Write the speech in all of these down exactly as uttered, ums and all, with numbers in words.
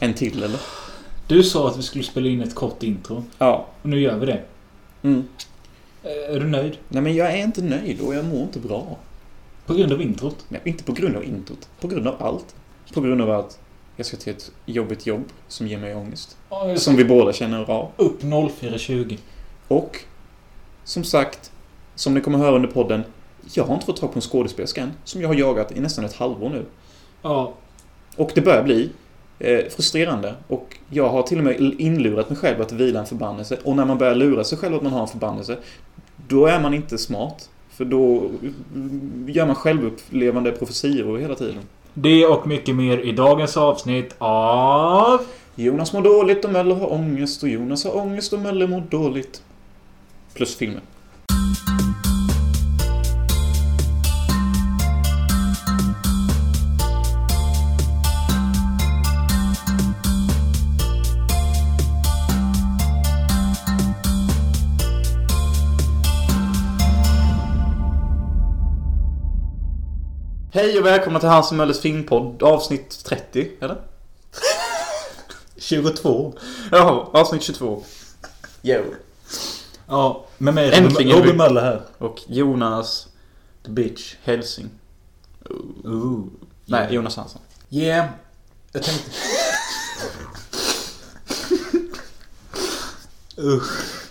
En till eller? Du sa att vi skulle spela in ett kort intro. Ja. Och nu gör vi det. Mm. Är du nöjd? Nej, men jag är inte nöjd och jag mår inte bra. På grund av introt? Nej, inte på grund av introt. På grund av allt. På grund av att jag ska till ett jobbigt jobb som ger mig ångest. Ja, som vi båda känner av. Upp noll fyra tjugo. Och som sagt, som ni kommer höra under podden, jag har inte fått tag på en skådespelerska än, som jag har jagat i nästan ett halvår nu. Ja. Och det börjar bli eh, frustrerande. Och jag har till och med inlurat mig själv att vila en förbannelse. Och när man börjar lura sig själv att man har en förbannelse, då är man inte smart. För då gör man självupplevande profetior hela tiden. Det och mycket mer i dagens avsnitt av... Jonas mår dåligt och Möller har ångest. Och Jonas har ångest och Möller mår dåligt. Plus filmen. Hej och välkomna till Hans och Möllers filmpodd, avsnitt trettio, eller? tjugotvå. Jaha, avsnitt tjugotvå. Jo. Ja, med mig Äntligen Robin Möller här. Och Jonas, the bitch, Helsing. Ooh. Ooh. Nej, Yeah. Jonas Hansson. Yeah. Jag tänkte... Usch.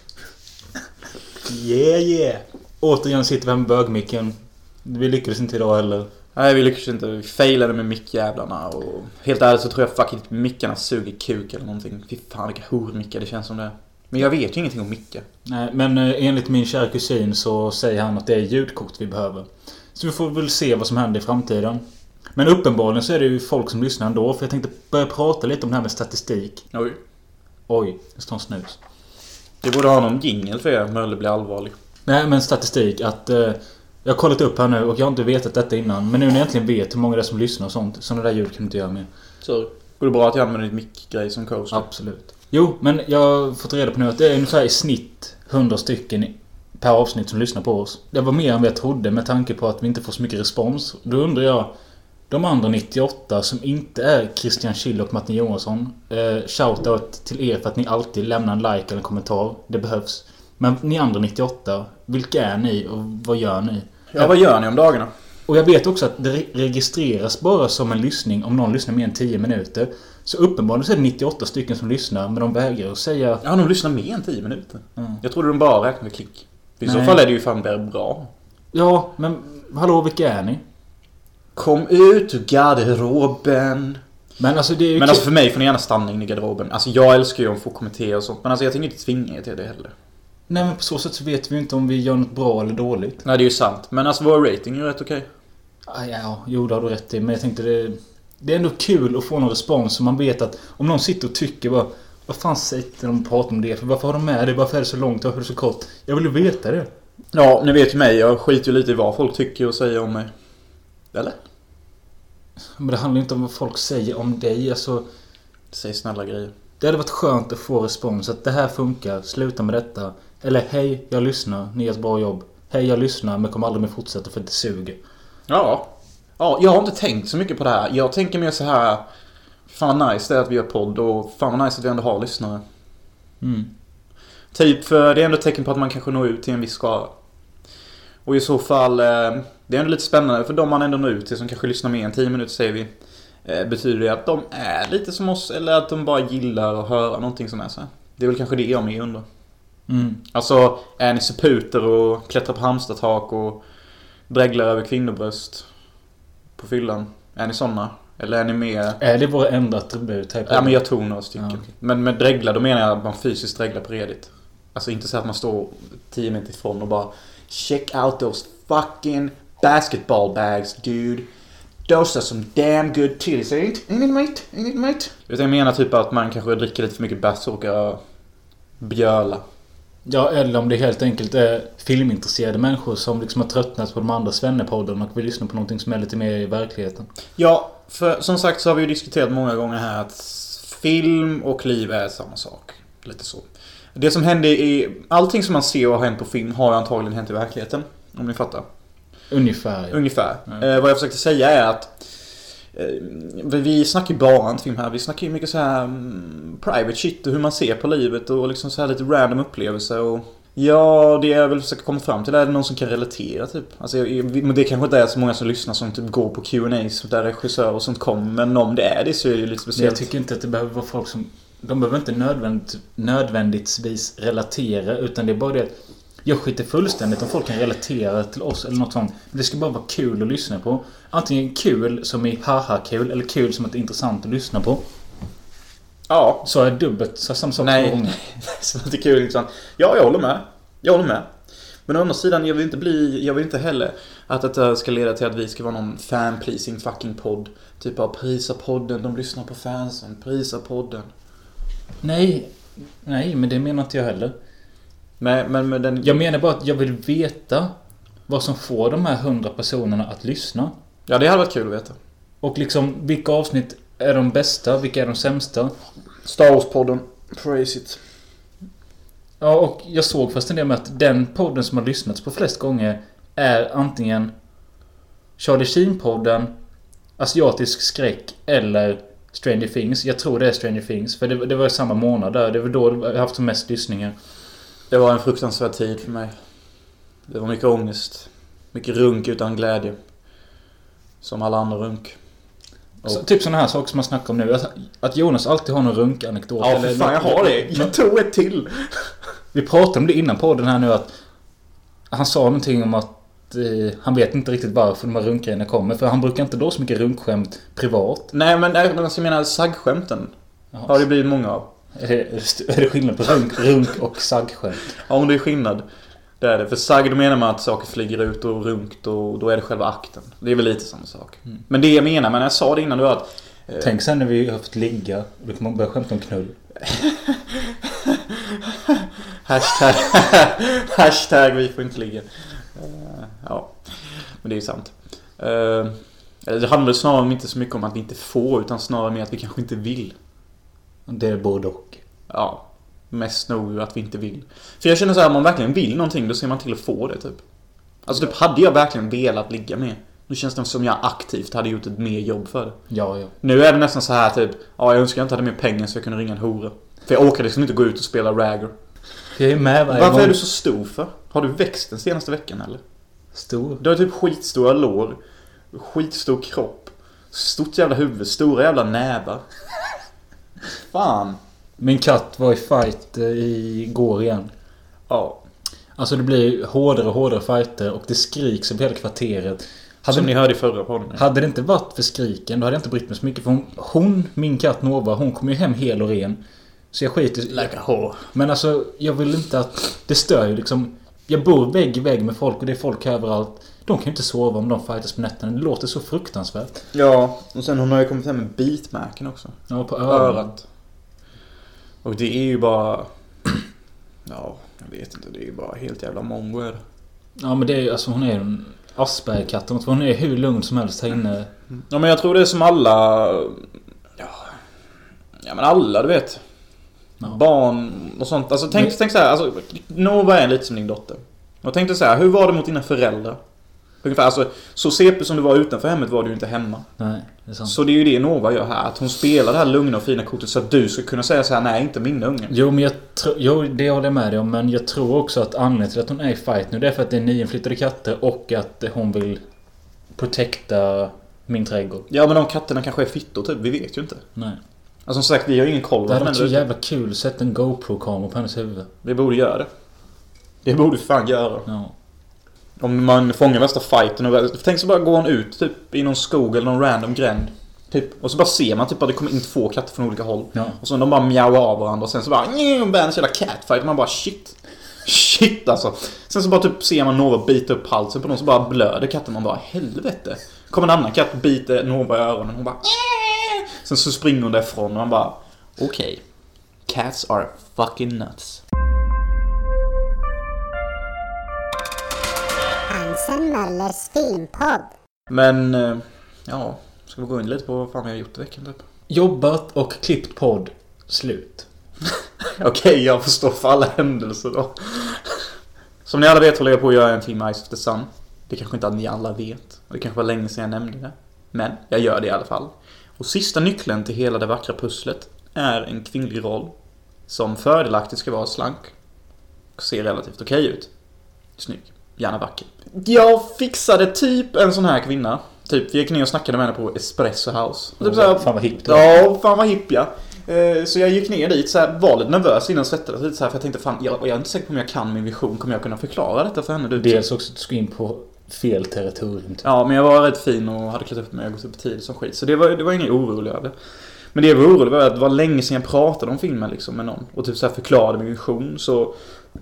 Yeah, yeah. Återigen sitter vi här med bögmicken. Vi lyckades inte idag heller. Nej, vi lyckades inte. Vi failade med mickjävlarna. Och helt ärligt så tror jag fucking mickarna suger kuk eller någonting. Fy fan, vilka hormickar det känns som det. Men jag vet ju ingenting om mickar. Nej, men eh, enligt min kära kusin så säger han att det är ljudkort vi behöver. Så vi får väl se vad som händer i framtiden. Men uppenbarligen så är det ju folk som lyssnar ändå. För jag tänkte börja prata lite om det här med statistik. Oj. Oj, det står en snus. Vi borde ha någon jingle för er. Möller blir allvarlig. Nej, men statistik att... Eh, jag har kollat upp här nu och jag har inte vetat detta innan. Men nu när jag äntligen vet hur många det är som lyssnar och sånt. Sådana där ljud kan du inte göra med. Så går det bra att jag använder ditt mickgrej som coaster? Absolut. Jo, men jag har fått reda på nu att det är ungefär i snitt hundra stycken per avsnitt som lyssnar på oss. Det var mer än vad jag trodde med tanke på att vi inte får så mycket respons. Då undrar jag, de andra nittioåtta som inte är Christian Schill och Martin Johansson. Eh, shoutout till er för att ni alltid lämnar en like eller en kommentar. Det behövs. Men ni andra nittioåtta, vilka är ni och vad gör ni? Ja, vad gör ni om dagarna? Och jag vet också att det registreras bara som en lyssning om någon lyssnar mer än tio minuter. Så uppenbarligen så är det nittioåtta stycken som lyssnar, men de vägrar att säga... Ja, de lyssnar mer än tio minuter. Mm. Jag trodde de bara räknade klick. I Nej. så fall är det ju fan bra. Ja, men hallå, vilka är ni? Kom ut ur garderoben. Men alltså det är ju... Men alltså för mig får ni gärna stanna in i garderoben. Alltså jag älskar ju om folk kommentera och sånt. Men alltså jag tänker inte tvinga er till det heller. Nej, men på så sätt så vet vi ju inte om vi gör något bra eller dåligt. Nej, det är ju sant. Men alltså vår rating är ju rätt okej. Ah, ja, jo, det har du rätt i. Men jag tänkte det... Det är ändå kul att få någon respons. Så man vet att om någon sitter och tycker bara... Vad fan säger de och pratar om det? För varför har de med det? Varför är det så långt? Varför är det så kort? Jag vill ju veta det. Ja, ni vet ju mig. Jag skiter ju lite i vad folk tycker och säger om mig. Eller? Men det handlar ju inte om vad folk säger om dig. Alltså... Säg snälla grejer. Det hade varit skönt att få respons. Att det här funkar. Sluta med detta. Eller hej, jag lyssnar. Ni gör ett bra jobb. Hej, jag lyssnar men kommer aldrig mer fortsätta för det suger. Ja. Ja, jag har inte tänkt så mycket på det här. Jag tänker mer så här. Fan vad nice det är att vi gör podd. Och fan vad nice att vi ändå har lyssnare. Mm. Typ, för det är ändå ett tecken på att man kanske når ut till en viss skala. Och i så fall, det är ändå lite spännande. För de man ändå når ut till som kanske lyssnar mer än tio minuter säger vi. Betyder det att de är lite som oss. Eller att de bara gillar att höra någonting som är så här. Det är väl kanske det jag med undrar. Mm. Alltså, är ni supputer och klättrar på hamstertak och dreglar över kvinnobröst på fyllan? Är ni såna? Eller är ni mer... Är det våra enda attribut här på? Ja, men jag tog några stycken. Ja, okay. Men med dreglar, då menar jag att man fysiskt dreglar på redigt. Alltså inte så att man står tio meter ifrån och bara check out those fucking basketball bags, dude. Those are some damn good titties, ain't it, mate? Ain't it, mate? Jag menar typ att man kanske dricker lite för mycket bärs och åker bjöla. Ja, eller om det helt enkelt är filmintresserade människor som liksom har tröttnat på de andra svennepodden och vill lyssna på någonting som är lite mer i verkligheten. Ja, för som sagt så har vi ju diskuterat många gånger här att film och liv är samma sak. Lite så. Det som händer i... Allting som man ser och har hänt på film har antagligen hänt i verkligheten. Om ni fattar. Ungefär. Ja. Ungefär. Mm. Eh, vad jag försökte säga är att Vi snackar ju bara inte film här. Vi snackar ju mycket så här um, private shit och hur man ser på livet och liksom så här lite random upplevelser och ja, det är väl försöka komma fram till. Är det någon som kan relatera typ? Alltså, men det kanske inte är så många som lyssnar som typ går på Q and A's där regissörer och sånt kommer. Men om det är det så är det ju lite speciellt. Jag tycker inte att det behöver vara folk som... De behöver inte nödvändigt, nödvändigtvis relatera, utan det är bara det att jag skiter fullständigt om folk kan relatera till oss eller något sånt. Men det ska bara vara kul att lyssna på. Antingen kul som är haha-kul eller kul som att det är intressant att lyssna på. Ja. Så är dubbelt så samma sak. Nej, så det är kul liksom. Ja, jag håller med. Jag håller med. Men å andra sidan, jag vill inte bli... Jag vill inte heller att det ska leda till att vi ska vara någon fan-pleasing fucking podd. Typ av prisa podden, de lyssnar på fansen. Prisa podden. Nej, nej, men det menar inte jag heller. Men, men, men den... Jag menar bara att jag vill veta vad som får de här hundra personerna att lyssna. Ja, det hade varit kul att veta. Och liksom, vilka avsnitt är de bästa? Vilka är de sämsta? Star Wars-podden. Praise it. Ja, och jag såg fast en del med att den podden som har lyssnats på flest gånger är antingen Charlie Sheen-podden, Asiatisk skräck eller Stranger Things. Jag tror det är Stranger Things, för det, det var samma månad där. Det var då jag haft som mest lyssningar. Det var en fruktansvärd tid för mig. Det var mycket ångest. Mycket runk utan glädje. Som alla andra runk. Och... Så, typ sådana här saker som man snackar om nu. Att, att Jonas alltid har någon runk-anekdot. Ja, för fan, jag har det. Jag tog ett till. Vi pratade om det innan på den här nu. Att han sa någonting om att eh, han vet inte riktigt varför de här runkgrejerna kommer. För han brukar inte då så mycket runkskämt privat. Nej, men jag menar saggskämten. Jaha. Har det blivit många av. Är det, är det skillnad på runk, runk och saggskämt? Ja, om det är skillnad. Det är det. För sagg, då menar man att saker flyger ut och runkt och då är det själva akten. Det är väl lite samma sak. Mm. Men det jag menar, men jag sa det innan, det var att... Eh... Tänk sen när vi har haft ligga och då kan man börja skämta om knull. Hashtag Hashtag vi får inte ligga. Uh, ja, men det är ju sant. Uh, det handlar snarare inte så mycket om att vi inte får, utan snarare med att vi kanske inte vill. Det är både och. Ja, mest nog att vi inte vill. För jag känner så här, om man verkligen vill någonting, då ser man till att få det typ. Alltså typ, hade jag verkligen velat ligga med, nu känns det som jag aktivt hade gjort ett mer jobb för det. Ja, ja. Nu är det nästan så här typ, ja, jag önskar jag inte hade mer pengar så jag kunde ringa en hora. För jag orkade liksom inte gå ut och spela Ragger. Jag är med varje Varför gång. är du så stor för? Har du växt den senaste veckan eller? Stor? Du har typ skitstora lår, skitstor kropp, stort jävla huvud, stora jävla nävar. Fan. Min katt var i fight igår igen. Ja. Alltså det blir hårdare och hårdare fighter och det skriks över hela kvarteret. Hade Som ni hörde i förra podden. Hade det inte varit för skriken, då hade jag inte brytt mig så mycket. För hon, hon min katt Nova, hon kom ju hem hel och ren. Så jag skiter like a whore. Men alltså, jag vill inte att... Det stör ju liksom... Jag bor vägg i vägg med folk och det är folk överallt. De kan ju inte sova om de fightas på nätterna. Det låter så fruktansvärt. Ja, och sen hon har ju kommit hem med bitmärken också. Ja, på örat. örat. Och det är ju bara... Ja, jag vet inte. Det är ju bara helt jävla mongo. Ja, men det är ju... Alltså hon är en Aspergerkatt. Hon är hur lugn som helst här inne. Ja, men jag tror det är som alla... Ja, ja men alla, du vet... Ja. Barn och sånt. Alltså tänk, men... tänk så här, alltså, Nova är lite som din dotter. Och tänkte så här, hur var det mot dina föräldrar? Ungefär, alltså, så C P som du var utanför hemmet var du ju inte hemma. Nej, det är sant. Så det är ju det Nova gör här. Att hon spelar det här lugna och fina kortet så att du ska kunna säga så här, nej, inte min unge. Jo, men jag tror, jo, det håller jag med dig om. Men jag tror också att anledningen till att hon är i fight nu, det är för att det är nyinflyttade katter och att hon vill protekta min trädgård. Ja, men de katterna kanske är fittor typ, vi vet ju inte. Nej. Alltså som sagt, vi har ju ingen koll. Det hade varit så jävla kul att sätta en GoPro-kamera på hennes huvud. Vi borde göra det. Det borde vi fan göra. Ja. Om man fångar värsta fighten och tänk så bara går hon ut typ i någon skog eller någon random gränd. Typ, och så bara ser man typ att det kommer in två katter från olika håll. Ja. Och så de bara mjauar av varandra och sen så bara världens jävla catfight och man bara shit. Shit alltså. Sen så bara typ ser man Nova bita upp halsen på någon så bara blöder katten. Man bara helvete. Kommer en annan katt biter Nova i öronen och hon bara Åh! Sen så springer hon därifrån och man bara okej. Okay. Cats are fucking nuts. Hansen Möllers filmpodd. Men ja, ska vi gå in lite på vad fan jag har gjort i veckan typ. Jobbat och klippt podd. Slut. Okej, okay, jag förstår för alla händelser då. Som ni alla vet håller jag på att göra en film Eyes of the Sun. Det kanske inte att ni alla vet. Det kanske var länge sedan jag nämnde det. Men jag gör det i alla fall. Och sista nyckeln till hela det vackra pusslet är en kvinnlig roll som fördelaktigt ska vara slank och ser relativt okej ut. Snygg, gärna vacker. Jag fixade typ en sån här kvinna. Typ, vi gick ner och snackade med henne på Espresso House. Oh, typ så här, fan vad hipp. Ja, fan vad hipp ja. Så jag gick ner dit så här, var lite nervös innan svettades lite så här, för jag tänkte fan, jag, jag är inte säker på om jag kan min vision. Kommer jag kunna förklara detta för henne? Du, dels också att du ska in på fel territorium. Typ. Ja, men jag var rätt fin och hade klätt upp mig och gått upp tid som skit. Så det var, det var ingen orolig över. Men det jag var orolig var att det var länge sedan jag pratade om filmen liksom med någon. Och typ så här förklarade min vision. Så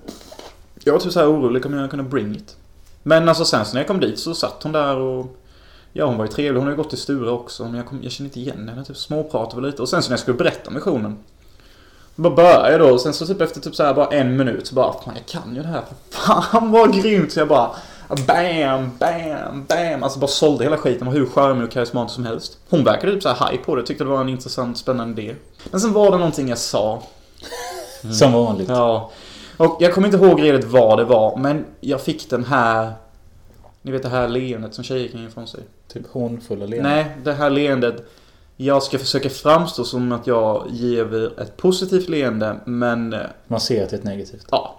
jag var typ så här orolig om jag kunde bring it. Men alltså sen så när jag kom dit så satt hon där och... Ja, hon var ju trevlig. Hon har ju gått till Stura också. Men jag, kom, jag kände inte igen henne. Typ småpratade lite. Och sen så när jag skulle berätta missionen. Bara började jag då. Och sen så typ efter typ så här bara en minut så bara... Fan, jag kan ju det här. Fan vad grymt. Så jag bara... Bam, bam, bam. Alltså bara sålde hela skiten. Var hur charmig och karismatisk som helst. Hon verkade typ så här high på det. Tyckte det var en intressant, spännande idé. Men sen var det någonting jag sa. Mm. Som vanligt. Ja. Och jag kommer inte ihåg redigt vad det var. Men jag fick den här... Ni vet det här leendet som tjejer kan ge ifrån sig. Typ hånfulla leenden. Nej, det här leendet. Jag ska försöka framstå som att jag ger ett positivt leende. Men... Man ser att det är ett negativt. Ja.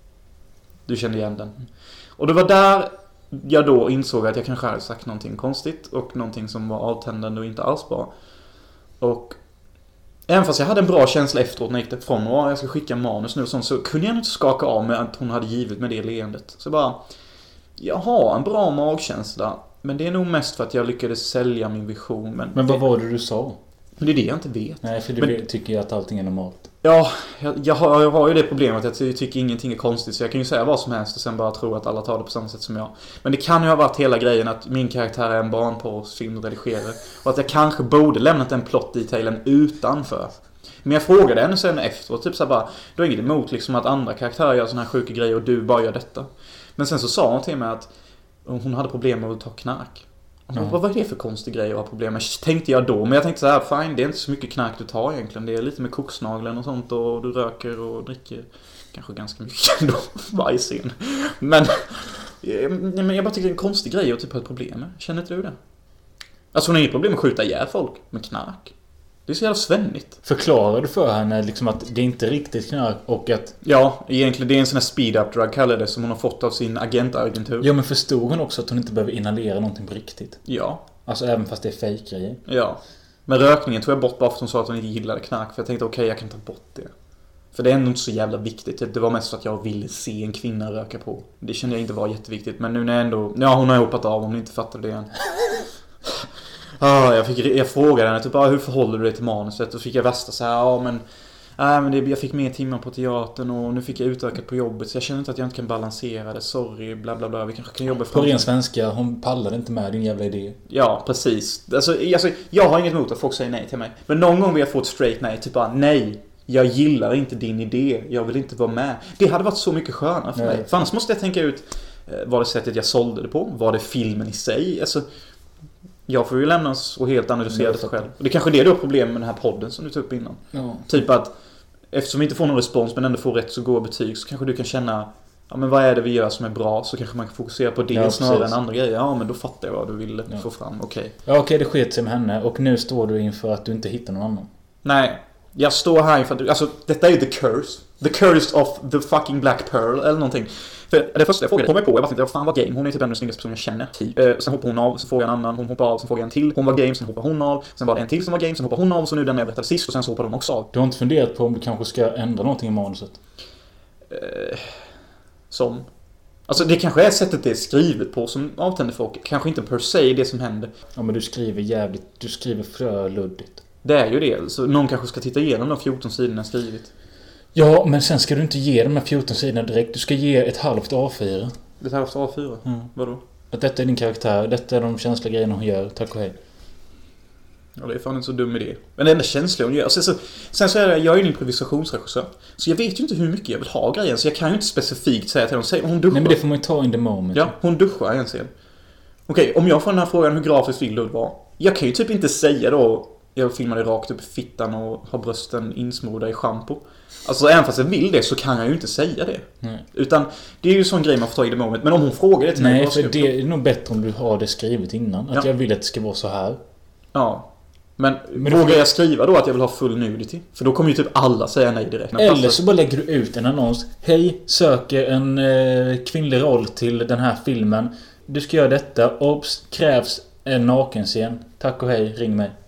Du kände igen den. Och det var där jag då insåg att jag kanske hade sagt någonting konstigt. Och någonting som var avtändande och inte alls bra. Och... Även fast jag hade en bra känsla efteråt när jag gick därifrån och jag ska skicka manus nu och sånt, så kunde jag inte skaka av med att hon hade givit med det leendet. Så bara... Jag har en bra magkänsla. Men det är nog mest för att jag lyckades sälja min vision. Men, men vad det, var det du sa? Men det är det jag inte vet. Nej, för du men, tycker ju att allting är normalt. Ja, jag, jag, har, jag har ju det problemet att jag tycker ingenting är konstigt. Så jag kan ju säga vad som helst och sen bara tro att alla tar det på samma sätt som jag. Men det kan ju ha varit hela grejen att min karaktär är en barnporrsfilm och redigerare. Och att jag kanske borde lämnat den plot-detailen utanför. Men jag frågade henne sen efteråt, typ såhär bara, du har inget emot liksom att andra karaktärer gör såna här sjuka grejer och du bara gör detta. Men sen så sa hon till mig att hon hade problem med att ta knark. Mm. Vad var det för konstig grej att ha problem med? Tänkte jag då. Men jag tänkte så här, fine, det är inte så mycket knark du tar egentligen. Det är lite med koksnageln och sånt. Och du röker och dricker kanske ganska mycket ändå. Varje scen. Men, men jag bara tycker det är en konstig grej att typ ha ett problem med. Känner inte du det? Alltså hon har inget problem med att skjuta ihjäl folk med knark. Det är så jävla svennigt. Förklarar du för henne liksom att det är inte riktigt knark och att... Ja, egentligen det är en sån här speed-up drug kallar det som hon har fått av sin agentagentur. Ja, men förstod hon också att hon inte behöver inhalera någonting på riktigt? Ja. Alltså även fast det är fake-grejer. Ja. Men rökningen tog jag bort bara för att hon sa att hon inte gillade knark. För jag tänkte okej, okay, jag kan ta bort det. För det är ändå inte så jävla viktigt. Det var mest för att jag ville se en kvinna röka på. Det kände jag inte var jätteviktigt. Men nu när jag ändå... Ja, hon har hoppat av om hon inte fattade det än. Ah, jag, fick, jag frågade henne typ, ah, hur förhåller du dig till manuset? Och så fick jag värsta så här, ja ah, men, ah, men det, jag fick mer timmar på teatern och nu fick jag utökat på jobbet. Så jag känner inte att jag inte kan balansera det, sorry, bla bla bla. Vi kanske kan jobba på ren svenska, hon pallade inte med din jävla idé. Ja, precis. Alltså, alltså, jag har inget emot att folk säger nej till mig. Men någon gång vill jag få ett straight nej, typ bara nej. Jag gillar inte din idé, jag vill inte vara med. Det hade varit så mycket skönare för nej. mig. För annars måste jag tänka ut, var det sättet jag sålde det på? Var det filmen i sig? Alltså... Jag får ju lämna så helt analysera det själv. Och det är kanske det du har problem med den här podden som du tog upp innan. Ja. Typ att eftersom vi inte får någon respons men ändå får rätt så goda betyg, så kanske du kan känna, ja men vad är det vi gör som är bra, så kanske man kan fokusera på det ja, snarare än andra grejer. Ja men då fattar jag vad du vill ja. få fram. Okej. Okay. Ja okej, okay, det sket sig med henne och nu står du inför att du inte hittar någon annan. Nej. Jag står här inför att, alltså detta är ju the curse. The curse of the fucking Black Pearl eller någonting. För det första jag frågade, hon var på, jag bara tänkte, vad fan var game? Hon är typ en av de snyggaste personer jag känner. Typ. Eh, sen hoppar hon av, så får jag en annan, hon hoppar av, sen får jag en till. Hon var game, sen hoppar hon av. Sen var det en till som var game, sen hoppar hon av. Så nu den jag berättade sist och sen så hoppar hon också av. Du har inte funderat på om du kanske ska ändra någonting i manuset? Eh, som? Alltså det kanske är sättet det är skrivet på som avtänder folk. Kanske inte per se det som händer. Ja men du skriver jävligt, du skriver för luddigt. Det är ju det, så någon kanske ska titta igenom de fjorton sidorna jag skrivit. Ja, men sen ska du inte ge de här fjorton sidorna direkt. Du ska ge ett halvt A fyra. Ett halvt A fyra? Mm. Vadå? Att detta är din karaktär, detta är de känsliga grejerna hon gör, tack och hej. Ja, det är fan inte så dum idé. Men det enda känsliga hon gör. Sen så, sen så är det, jag är ju en improvisationsregissör. Så jag vet ju inte hur mycket jag vill ha grejen. Så jag kan ju inte specifikt säga till hon säger hon duschar. Nej, men det får man ju ta in the moment. Ja, hon duschar en scen. Okej, om jag får den här frågan, hur grafiskt vill du vara? Jag kan ju typ inte säga då jag filmade rakt upp i fittan och har brösten insmorda i shampoo. Alltså även fast jag vill det så kan jag ju inte säga det. Nej. Utan det är ju sån grej man får ta i det moment. Men om hon frågar det till mig... Nej, för det är nog bättre om du har det skrivet innan. Att ja. jag vill att det ska vara så här. Ja. Men, Men vågar får... jag skriva då att jag vill ha full nudity? För då kommer ju typ alla säga nej direkt. Eller så bara lägger du ut en annons. Hej, söker en eh, kvinnlig roll till den här filmen. Du ska göra detta. Obs, krävs en nakenscen. Tack och hej, ring mig.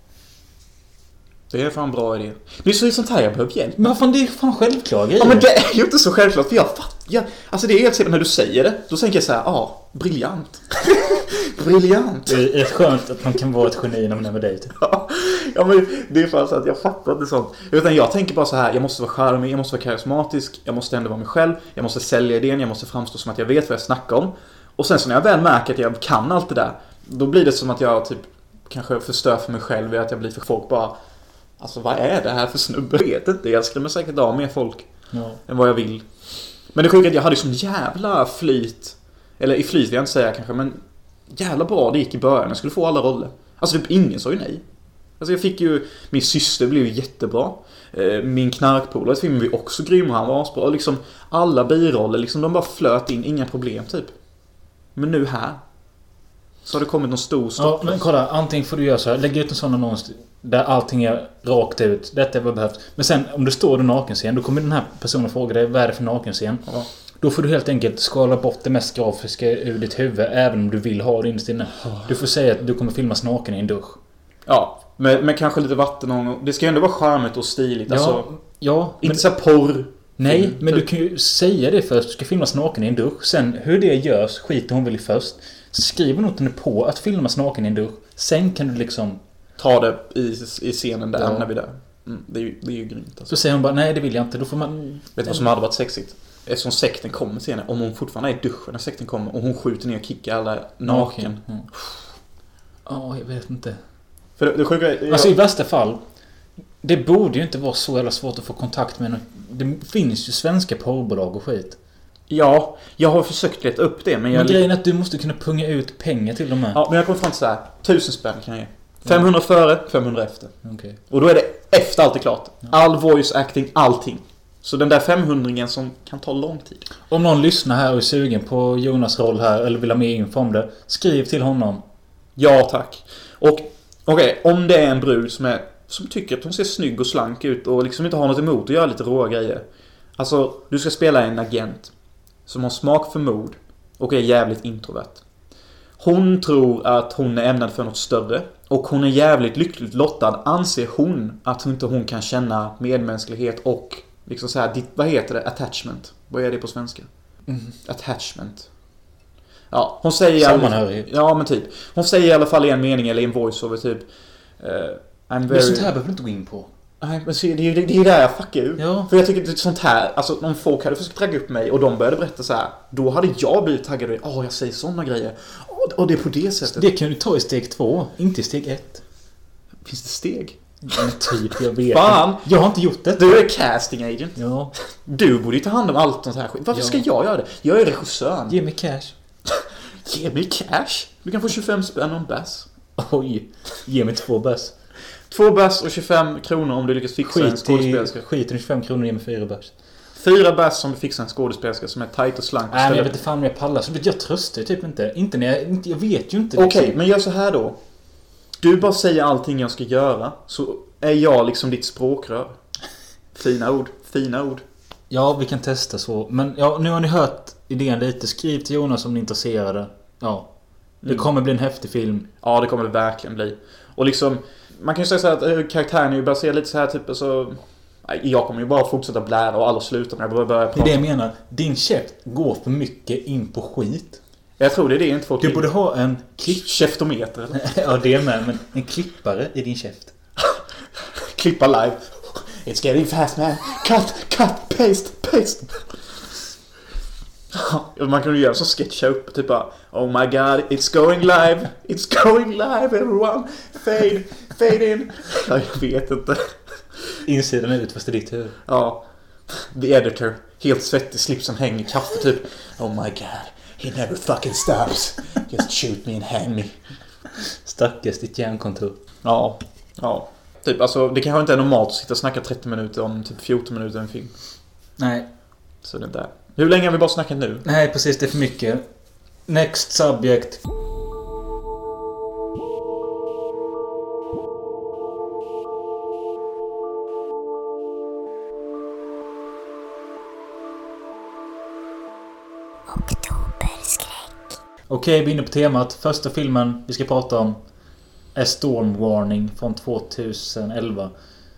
Det är fan en bra idé. Det är så sånt här jag behöver hjälp. Men vad fan, det är fan självklar grej. Ja, men det är ju inte så självklart. För jag fattar. Alltså det är helt sedan när du säger det. Då tänker jag så här, ja, ah, briljant. Briljant. Det är skönt att man kan vara ett geni när man är med dig. Typ. Ja, men det är fan så att jag fattar inte sånt. Utan jag tänker bara så här, jag måste vara charmig, jag måste vara karismatisk, jag måste ändå vara mig själv, jag måste sälja idén, jag måste framstå som att jag vet vad jag snackar om. Och sen så när jag väl märker att jag kan allt det där, då blir det som att jag typ kanske förstör för mig själv, att jag blir för folk bara, alltså vad är det här för snubbe? Jag vet inte, jag skrämmer säkert av mer folk ja. än vad jag vill. Men det sjuka är att jag hade sån jävla flyt, eller i flyt vill jag inte säga kanske, men jävla bra det gick i början, jag skulle få alla roller. Alltså typ ingen sa ju nej. Alltså jag fick ju, min syster blev ju jättebra. Min knarkpolare i filmen var också grym, han var asbra. Och liksom alla biroller, liksom de bara flöt in, inga problem typ. Men nu här så har det kommit någon stor stopp. Ja, men kolla, antingen får du göra så här, lägg ut en sån annons där allting är rakt ut. Detta är vad behövs. Men sen om du står i nakenscen, då kommer den här personen fråga dig, vad är det för nakenscen? Ja. Då får du helt enkelt skala bort det mest grafiska ur ditt huvud, även om du vill ha det inne. Du får säga att du kommer filmas naken i en dusch. Ja, med, med kanske lite vatten och det ska ju ändå vara charmigt och stiligt. Ja, alltså, ja, inte men, så här porr. Nej, film, men typ. du kan ju säga det först. Du ska filmas naken i en dusch. Sen hur det görs, skiter hon väl i först. Skriv noten på att filmas naken i en dusch. Sen kan du liksom ta det i, i scenen där, ja. när vi är där. Mm, det, är ju, det är ju grymt alltså. Så säger hon bara, nej det vill jag inte. Då får man... Vet du vad som hade varit sexigt? Eftersom sekten kommer senare, om hon fortfarande är i duschen när sekten kommer och hon skjuter ner och kickar alla naken. Ja, oh, jag vet inte. För det, det sjuka är, alltså i värsta fall, det borde ju inte vara så jävla svårt att få kontakt med. Det finns ju svenska porrbolag och skit. Ja, jag har försökt leta upp det, men jag... Men grejen är att du måste kunna punga ut pengar till dem här. Ja, men jag kommer fram till så här, tusen spänn kan jag ge. femhundra före, femhundra efter. Okay. Och då är det efter allt är klart. All voice acting, allting. Så den där femhundringen som kan ta lång tid. Om någon lyssnar här och är sugen på Jonas roll här eller vill ha mer info om det, skriv till honom. Ja, tack. Och okej, okay, om det är en brud som är som tycker att hon ser snygg och slank ut och liksom inte har något emot att göra lite råa grejer. Alltså, du ska spela en agent som har smak för mod och är jävligt introvert. Hon tror att hon är ämnad för något större och hon är jävligt lyckligt lottad, anser hon att inte hon kan känna medmänsklighet och liksom så här, vad heter det? Attachment. Vad är det på svenska? Mm. Attachment. Ja, hon säger sammanhörighet. Ja, men typ. Hon säger i alla fall i en mening eller i en voiceover typ uh, I'm very... Men sånt här behöver du inte gå in på. Nej, men det är ju det är där jag fuckar ur. Ja. För jag tycker att sånt här, alltså om folk hade försökt tragga upp mig och de började berätta så här, då hade jag blivit taggad. Ja, oh, jag säger såna grejer. Och det är på det sättet. Det kan du ta i steg två, inte i steg ett. Finns det steg? Men typ, jag vet. Fan! Jag har inte gjort det. Du är casting agent. Ja. Du borde ju ta hand om allt sånt här skit. Varför ja. ska jag göra det? Jag är regissören. Ge mig cash. Ge mig cash? Du kan få tjugofem spänn och en bass. Oj. Ge mig två bass. Två bass och tjugofem kronor om du lyckas fixa en skådespelerska. Skit i tjugofem kronor, ge mig fyra bass. Fyra bass om du fixar en skådespelerska som är tight och slank. Nej, men jag vet inte fan om jag pallar. Så jag tröstar typ inte. Inte när jag, inte, jag vet ju inte. Okej, liksom. okay, men gör så här då. Du bara säger allting jag ska göra, så är jag liksom ditt språkrör. Fina ord, fina ord. Ja, vi kan testa så. Men ja, nu har ni hört idén lite. Skriv till Jonas om ni är intresserade. Ja. Det Mm. kommer bli en häftig film. Ja, det kommer det verkligen bli. Och liksom, man kan ju säga så här att karaktären är ju baserad lite så här typ alltså, jag kommer ju bara fortsätta blära och alla slutar när jag börjar börja Det är prata. det jag menar. Din käft går för mycket in på skit. Jag tror det är det inte folk Du borde ha en klipp... Käftometer eller? Ja, det är med. Men en klippare i din käft. Klippa live. It's getting fast man. Cut, cut, paste, paste. Man kan ju göra så sketcha upp typ bara, oh my god, it's going live. It's going live everyone. Fade, fade in. Ja, jag vet inte. Insidan ut fast i ditt huvud. Ja. The editor. Helt svettig, slipsen hänger, kaffe typ. Oh my god, he never fucking stops. Just shoot me and hang me. Stackars ditt hjärnkontor. Ja, ja. Typ, alltså det kanske inte är normalt att sitta och snacka trettio minuter om typ fjorton minuter en film. Nej. Så det där. Hur länge har vi bara snackat nu? Nej, precis. Det är för mycket. Next subject. Okej, vi är inne på temat. Första filmen vi ska prata om är Storm Warning från tjugoelva.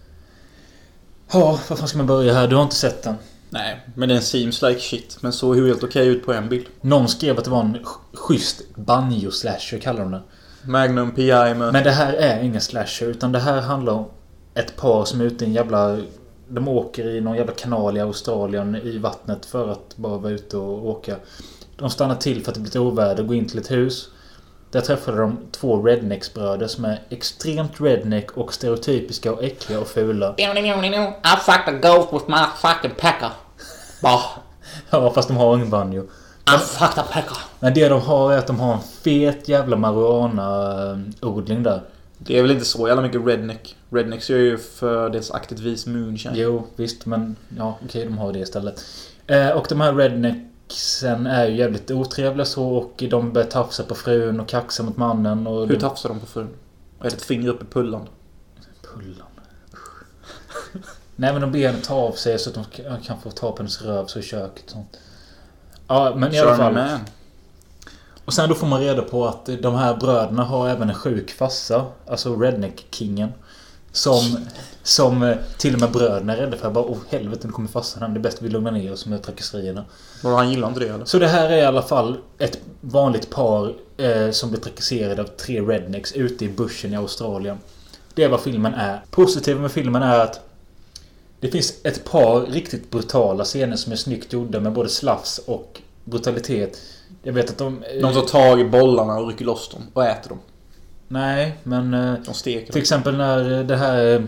Ja, vad fan ska man börja här? Du har inte sett den. Nej, men den seems like shit. Men såg helt okej okay ut på en bild. Någon skrev att det var en schysst banjo-slasher, kallar de det. Magnum P I med... Men det här är ingen slasher, utan det här handlar om ett par som är ute i en jävla... De åker i någon jävla kanal i Australien i vattnet för att bara vara ute och åka. De stannar till för att det blir ett oväder och går in till ett hus. Där träffade de två rednecks-bröder som är extremt redneck och stereotypiska och äckliga och fula. I fucked a ghost with my fucking pecker. Bah. Ja, fast de har ingen banjo. I fucked a pecker. Men det de har är att de har en fet jävla marijuana-odling där. Det är väl inte så jävla mycket redneck. Rednecks gör ju för dess aktivtvis moonshine. Jo, visst, men ja, okej, de har det istället. Eh, och de här redneck sen är ju jävligt otrevliga så, och de börjar tafsa på frun och kaxa mot mannen. Och hur de... tafsar de på frun? Är det ett finger upp i pullan? Pullan? Nej, men de ber henne ta av sig så att de kan få ta på hennes röv så i köket. Sånt. Ja, men i alla fall. Man. Och sen då får man reda på att de här bröderna har även en sjuk fassa. Alltså Redneck-kingen. Som, som till och med bröderna är rädda för. Bara, åh helvete, nu kommer fassan. Det är bäst vi lugnar ner oss med trakasserierna. Men han gillar inte det, eller? Så det här är i alla fall ett vanligt par eh, som blir trakasserade av tre rednecks ute i bushen i Australien. Det är vad filmen är. Positivt med filmen är att det finns ett par riktigt brutala scener som är snyggt gjorda med både slafs och brutalitet. Jag vet att de... Eh, de tar tag i bollarna och rycker loss dem och äter dem. Nej, men... Eh, de steker. Till exempel när det här eh,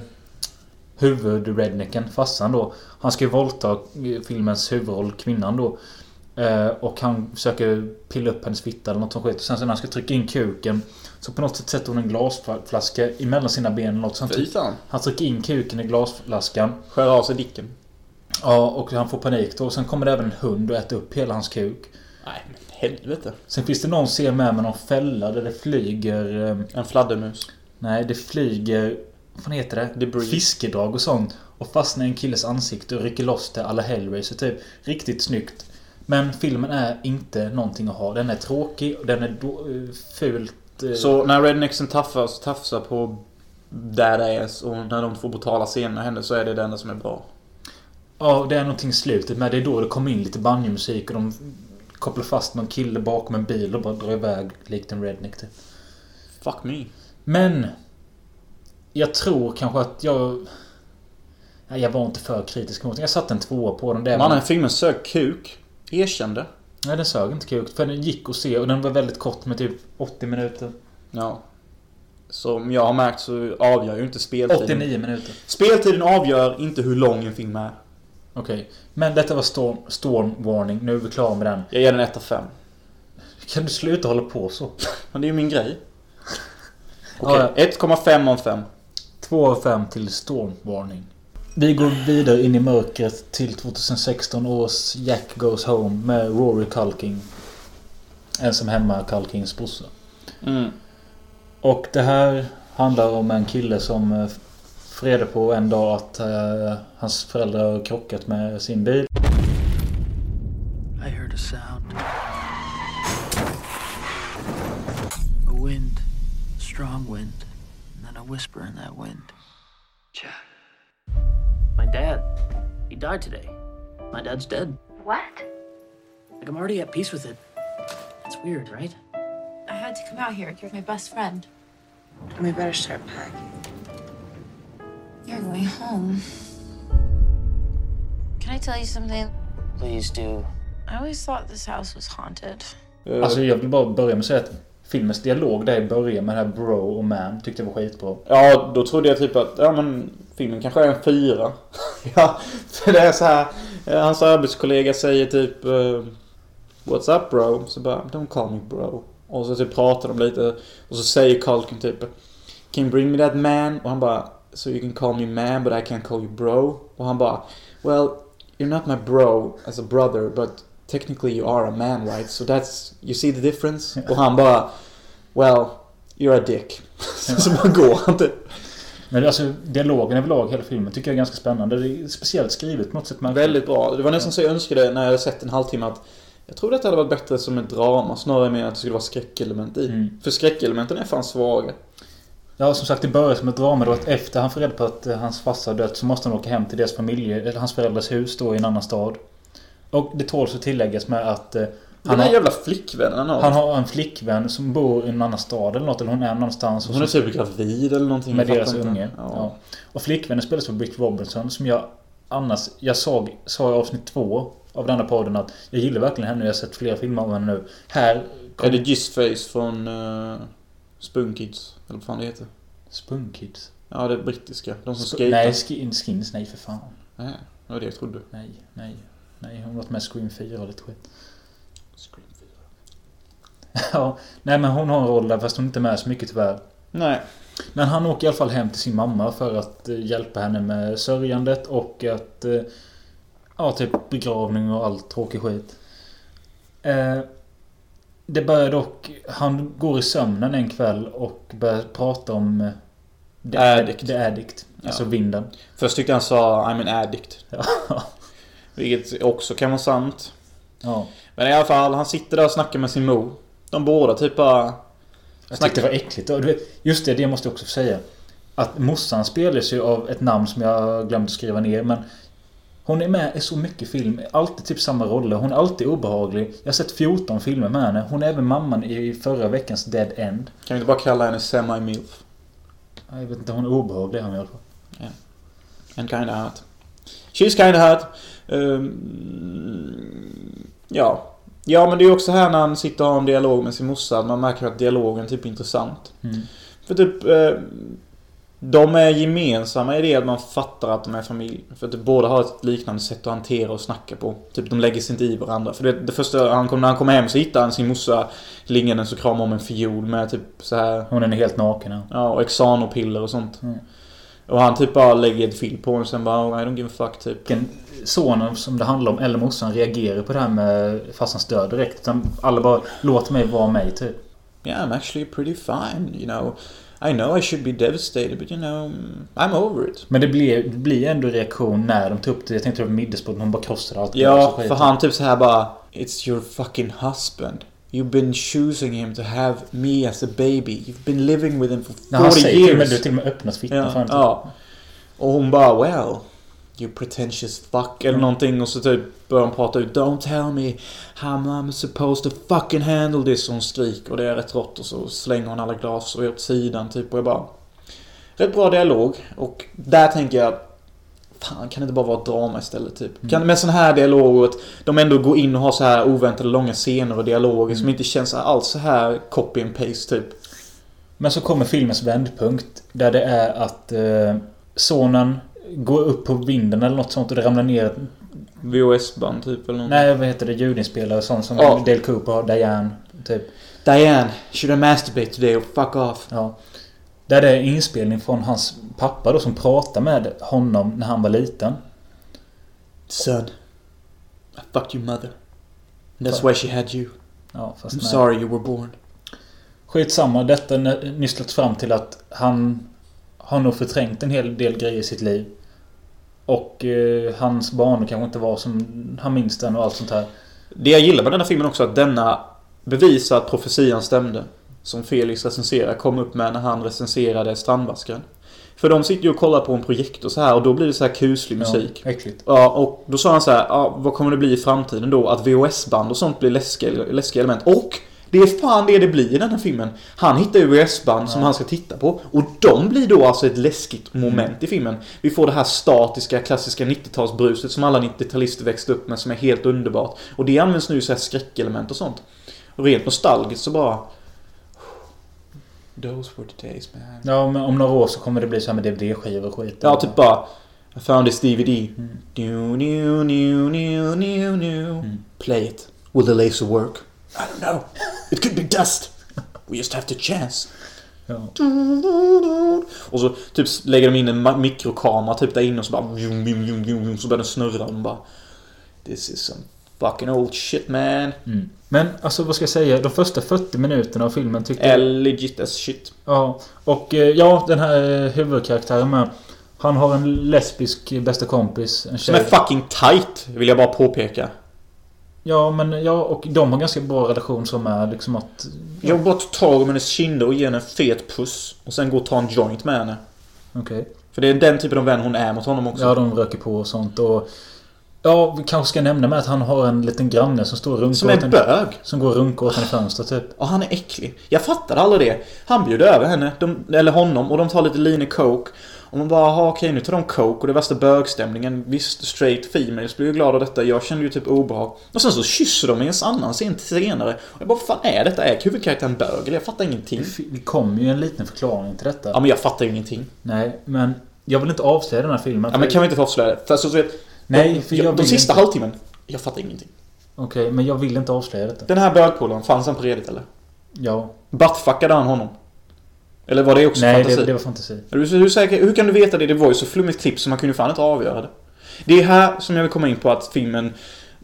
huvudrednecken, fassan då, han ska ju våldta filmens huvudroll, kvinnan då. Eh, och han försöker pilla upp hennes fitta eller något som sker. Och sen så när han ska trycka in kuken, så på något sätt sätter hon en glasflaska emellan sina ben eller något sånt. Fitan. Han trycker in kuken i glasflaskan. Skär av sig dicken. Ja, och han får panik då. Och sen kommer det även en hund och äter upp hela hans kuk. Nej, men helvete. Sen finns det någon scen med med någon fälla där det flyger... Eh, en fladdermus. Nej, det flyger... Vad fan heter det? Debris. Fiskedrag och sånt. Och fastnar i en killes ansikte och rycker loss det alla Hellraiser typ. Riktigt snyggt. Men filmen är inte någonting att ha. Den är tråkig och den är då, uh, fult. Uh... Så när rednexen taffar, tafsar på där det är och när de får brutala scener händer så är det det enda som är bra. Ja, det är någonting i slutet. Men det är då det kommer in lite banjomusik och de kopplar fast någon kille bakom en bil och bara drar iväg likt en redneck typ. Fuck me. Men jag tror kanske att jag... Nej, jag var inte för kritisk mot den. Jag satte en tvåa på den. Där Mannen, filmen sög kuk. Erkände. Nej, den sög inte kuk. För den gick att se och den var väldigt kort med typ åttio minuter. Ja. Som jag har märkt så avgör ju inte speltiden. åttionio minuter. Speltiden avgör inte hur lång en film är. Okej. Okay. Men detta var Storm, Storm Warning. Nu är vi klara med den. Jag ger den ett av fem. Kan du sluta hålla på så? Men det är ju min grej. Okej, okay. ett komma fem av fem. två av fem till Storm Warning. Vi går vidare in i mörkret till tjugohundrasexton års Jack Goes Home med Rory Culkin. Ensam hemma Culkins brorsa. Mm. Och det här handlar om en kille som får reda på en dag att uh, hans föräldrar har krockat med sin bil. I heard a sound. A wind. A strong wind. And then a whisper in that wind. Jack. My dad. He died today. My dad's dead. What? Like I'm already at peace with it. It's weird, right? I had to come out here. You're my best friend. We better start packing. You're going home. Can I tell you something? Please do. I always thought this house was haunted. Uh. Alltså jag vill bara börja med att säga att filmens dialog där i början med det här bro och man tyckte jag var skitbra. Ja, då trodde jag typ att ja men filmen kanske är en fyra. Ja, för det är så här. Hans arbetskollega säger typ uh, what's up bro? Så bara, don't call me bro. Och så typ pratar de lite och så säger Culkin typ can you bring me that man? Och han bara so you can call me man but I can't call you bro. Och han bara, well, you're not my bro as a brother, but technically you are a man, right? So that's, you see the difference? Och han bara, well, you're a dick. Så man går inte. Men alltså, dialogen överlag hela filmen tycker jag är ganska spännande. Det är speciellt skrivet på något sätt. Väldigt bra. Det var nästan så jag önskade när jag hade sett en halvtimme att jag tror det hade varit bättre som ett drama snarare med att det skulle vara skräckelement i. Mm. För skräckelementen är fan svaga. Ja, som sagt, det börjar som ett drama då att efter han får reda på att hans farsa har dött så måste han åka hem till deras familj, eller hans föräldrars hus då i en annan stad. Och det tåls att tilläggas med att eh, han har jävla flickvän han har. Han har en flickvän som bor i en annan stad eller något, eller hon är någonstans. Hon är typ gravid eller någonting. Med deras unge. Ja. Ja. Och flickvännen spelas av Britt Robinson som jag annars, jag såg, sa i avsnitt två av denna podden att jag gillar verkligen henne. Jag har sett flera filmer av henne nu. Här kom... Är det Gissface från uh, Spoon Kids? Eller vad fan det heter? Spoon Kids? Ja, det är brittiska. De som Sp- skater. Nej, sk- Skins, nej för fan. Nej, det var det jag trodde. Nej, nej. Nej, hon har varit med Scream fyra och lite skit. Scream fyra. Ja, nej men hon har en roll där fast hon inte är med så mycket tyvärr. Nej. Men han åker i alla fall hem till sin mamma för att eh, hjälpa henne med sörjandet och att eh, ja, typ begravning och allt tråkig skit. Eh, det börjar dock, han går i sömnen en kväll och börjar prata om eh, the addict. The addict, ja. Alltså vinden. Först tyckte han sa I'm an addict. Ja. Vilket också kan vara sant. Ja. Men i alla fall, han sitter där och snackar med sin mor. De båda typ bara... Jag tyckte det var äckligt. Just det, det måste jag också säga. Att morsan spelas ju av ett namn som jag glömde skriva ner. Men hon är med i så mycket film. Alltid typ samma roller. Hon är alltid obehaglig. Jag har sett fjorton filmer med henne. Hon är även mamman i förra veckans Dead End. Kan vi inte bara kalla henne semi-milf? Jag vet inte, hon är obehaglig här i alla fall. Ja. Yeah. And kinda hot. She's kinda hot. Um, ja. Ja, men det är också här när han sitter och har en dialog med sin morsa. Man märker att dialogen är typ intressant. Mm. För typ... Eh, de är gemensamma i det att man fattar att de är familj. För att typ båda har ett liknande sätt att hantera och snacka på. Typ de lägger sig inte i varandra. För det, det första han kom, när han kommer hem så hittar han sin morsa liggande så kramar om en fiol med typ så här. Hon är helt naken. Ja, ja och Xanopiller och sånt. Mm. Och han typ bara lägger ett film på henne och sen bara oh, I don't give a fuck typ. Sonen som det handlar om eller morsan reagerar på det här med farsans död direkt. Utan alla bara låt mig vara mig typ. Yeah, I'm actually pretty fine, you know. I know I should be devastated, but you know, I'm over it. Men det blir, det blir ändå reaktion när de tog upp det. Jag tänkte på middagsbordet, hon bara krossade allt. Ja, för han typ så här bara it's your fucking husband. You've been choosing him to have me as a baby. You've been living with him for forty han säger years. Till men du till och med öppnat fittan ja, för honom. Ja. Och hon bara well, you pretentious fuck eller mm. någonting och så typ börjar hon prata ut don't tell me how I'm supposed to fucking handle this. Och hon skriker och det är rätt rått och så slänger hon alla glas och åt sidan typ och jag bara rätt bra dialog och där tänker jag fan kan det inte bara vara ett drama istället typ. Mm. Kan med sån här dialog och att de ändå går in och har så här oväntade långa scener och dialoger mm. som inte känns alls så här copy and paste typ. Men så kommer filmens vändpunkt där det är att eh, sonen går upp på vinden eller något sånt och det ramlar ner V H S-band typ eller något. Nej, vad heter det? Ljudinspelare och sånt som oh. Dale Cooper och Diane typ. Diane, should I masturbate today or fuck off? Ja. Där det är inspelning från hans pappa då som pratar med honom när han var liten. Son, I fucked your mother. And that's why she had you. Ja, fast I'm nej. sorry you were born. Skitsamma, detta nystlats fram till att han har nog förträngt en hel del grejer i sitt liv. Och eh, hans barn kanske inte var som han minns den och allt sånt här. Det jag gillar med denna filmen också att denna bevisar att profetian stämde. Som Felix recenserar kom upp med när han recenserade Strandvaskaren. För de sitter ju och kollar på en projekt och så här och då blir det så här kuslig musik. Ja, äckligt. Ja, och då sa han så här, ja, vad kommer det bli i framtiden då? Att V H S-band och sånt blir läskiga, läskiga element. Och det är fan det det blir i den här filmen. Han hittar ju V H S-band ja. som han ska titta på. Och de blir då alltså ett läskigt moment mm. i filmen. Vi får det här statiska, klassiska nittiotalsbruset som alla nittio-talister växte upp med som är helt underbart. Och det används nu i så här skräckelement och sånt. Och rent nostalgiskt så bara... Those were the days, man. Ja, men om några år så kommer det bli så här med D V D-skivor och skit. Ja, typ bara... I found this D V D. Mm. New, new, new, new, new, new. Mm. Play it. Will the laser work? I don't know. It could be dust. We just have to chance. Ja. Och så typ lägger de in en ma- mikrokamera typ där inne och så bara vum, vum, vum, vum, vum, så börjar den snurra och bara this is some fucking old shit man. Mm. Men alltså vad ska jag säga, de första fyrtio minuterna av filmen tyckte Är legit as shit. Ja, och eh, ja, den här huvudkaraktären med, han har en lesbisk bästa kompis, en Som tjej. är fucking tight, vill jag bara påpeka. Ja, men ja, och de har ganska bra relation som är liksom att... Jag bara tar tag om hennes kinder och ger henne en fet puss. Och sen går och tar en joint med henne. Okej. Okay. För det är den typen av vän hon är mot honom också. Ja, de röker på och sånt och... Ja, vi kanske ska nämna med att han har en liten granne som står runt Som är bög. Som går runt åt henne i fönstret typ. Och han är äcklig. Jag fattade aldrig det. Han bjuder över henne, de, eller honom, och de tar lite line coke. Och man bara, aha, okej, nu tar de coke och det är värsta bögstämningen. Visst, straight females blir ju glad av detta. Jag kände ju typ obehag. Och sen så kysser de i en annan scen senare. Och jag bara, vad fan är detta? Är huvudkaraktären bög? Eller jag fattar ingenting. Det kom ju en liten förklaring till detta. Ja, men jag fattar ju ingenting. Nej, men jag vill inte avslöja den här filmen. Ja, men kan vi inte få avslöja det? För så, så vet, Nej, för jag de, de sista inte. halvtimmen, jag fattar ingenting. Okej, okay, men jag vill inte avslöja detta. Den här bögpolaren, fanns han på Reddit eller? Ja. Buttfuckade han honom? Eller var det också Nej, fantasi? Nej, det, det var fantasi. Hur, hur, säker, hur kan du veta det? Det var ju så flummigt klipp som man kunde fan inte avgöra det. Det är här som jag vill komma in på att filmen...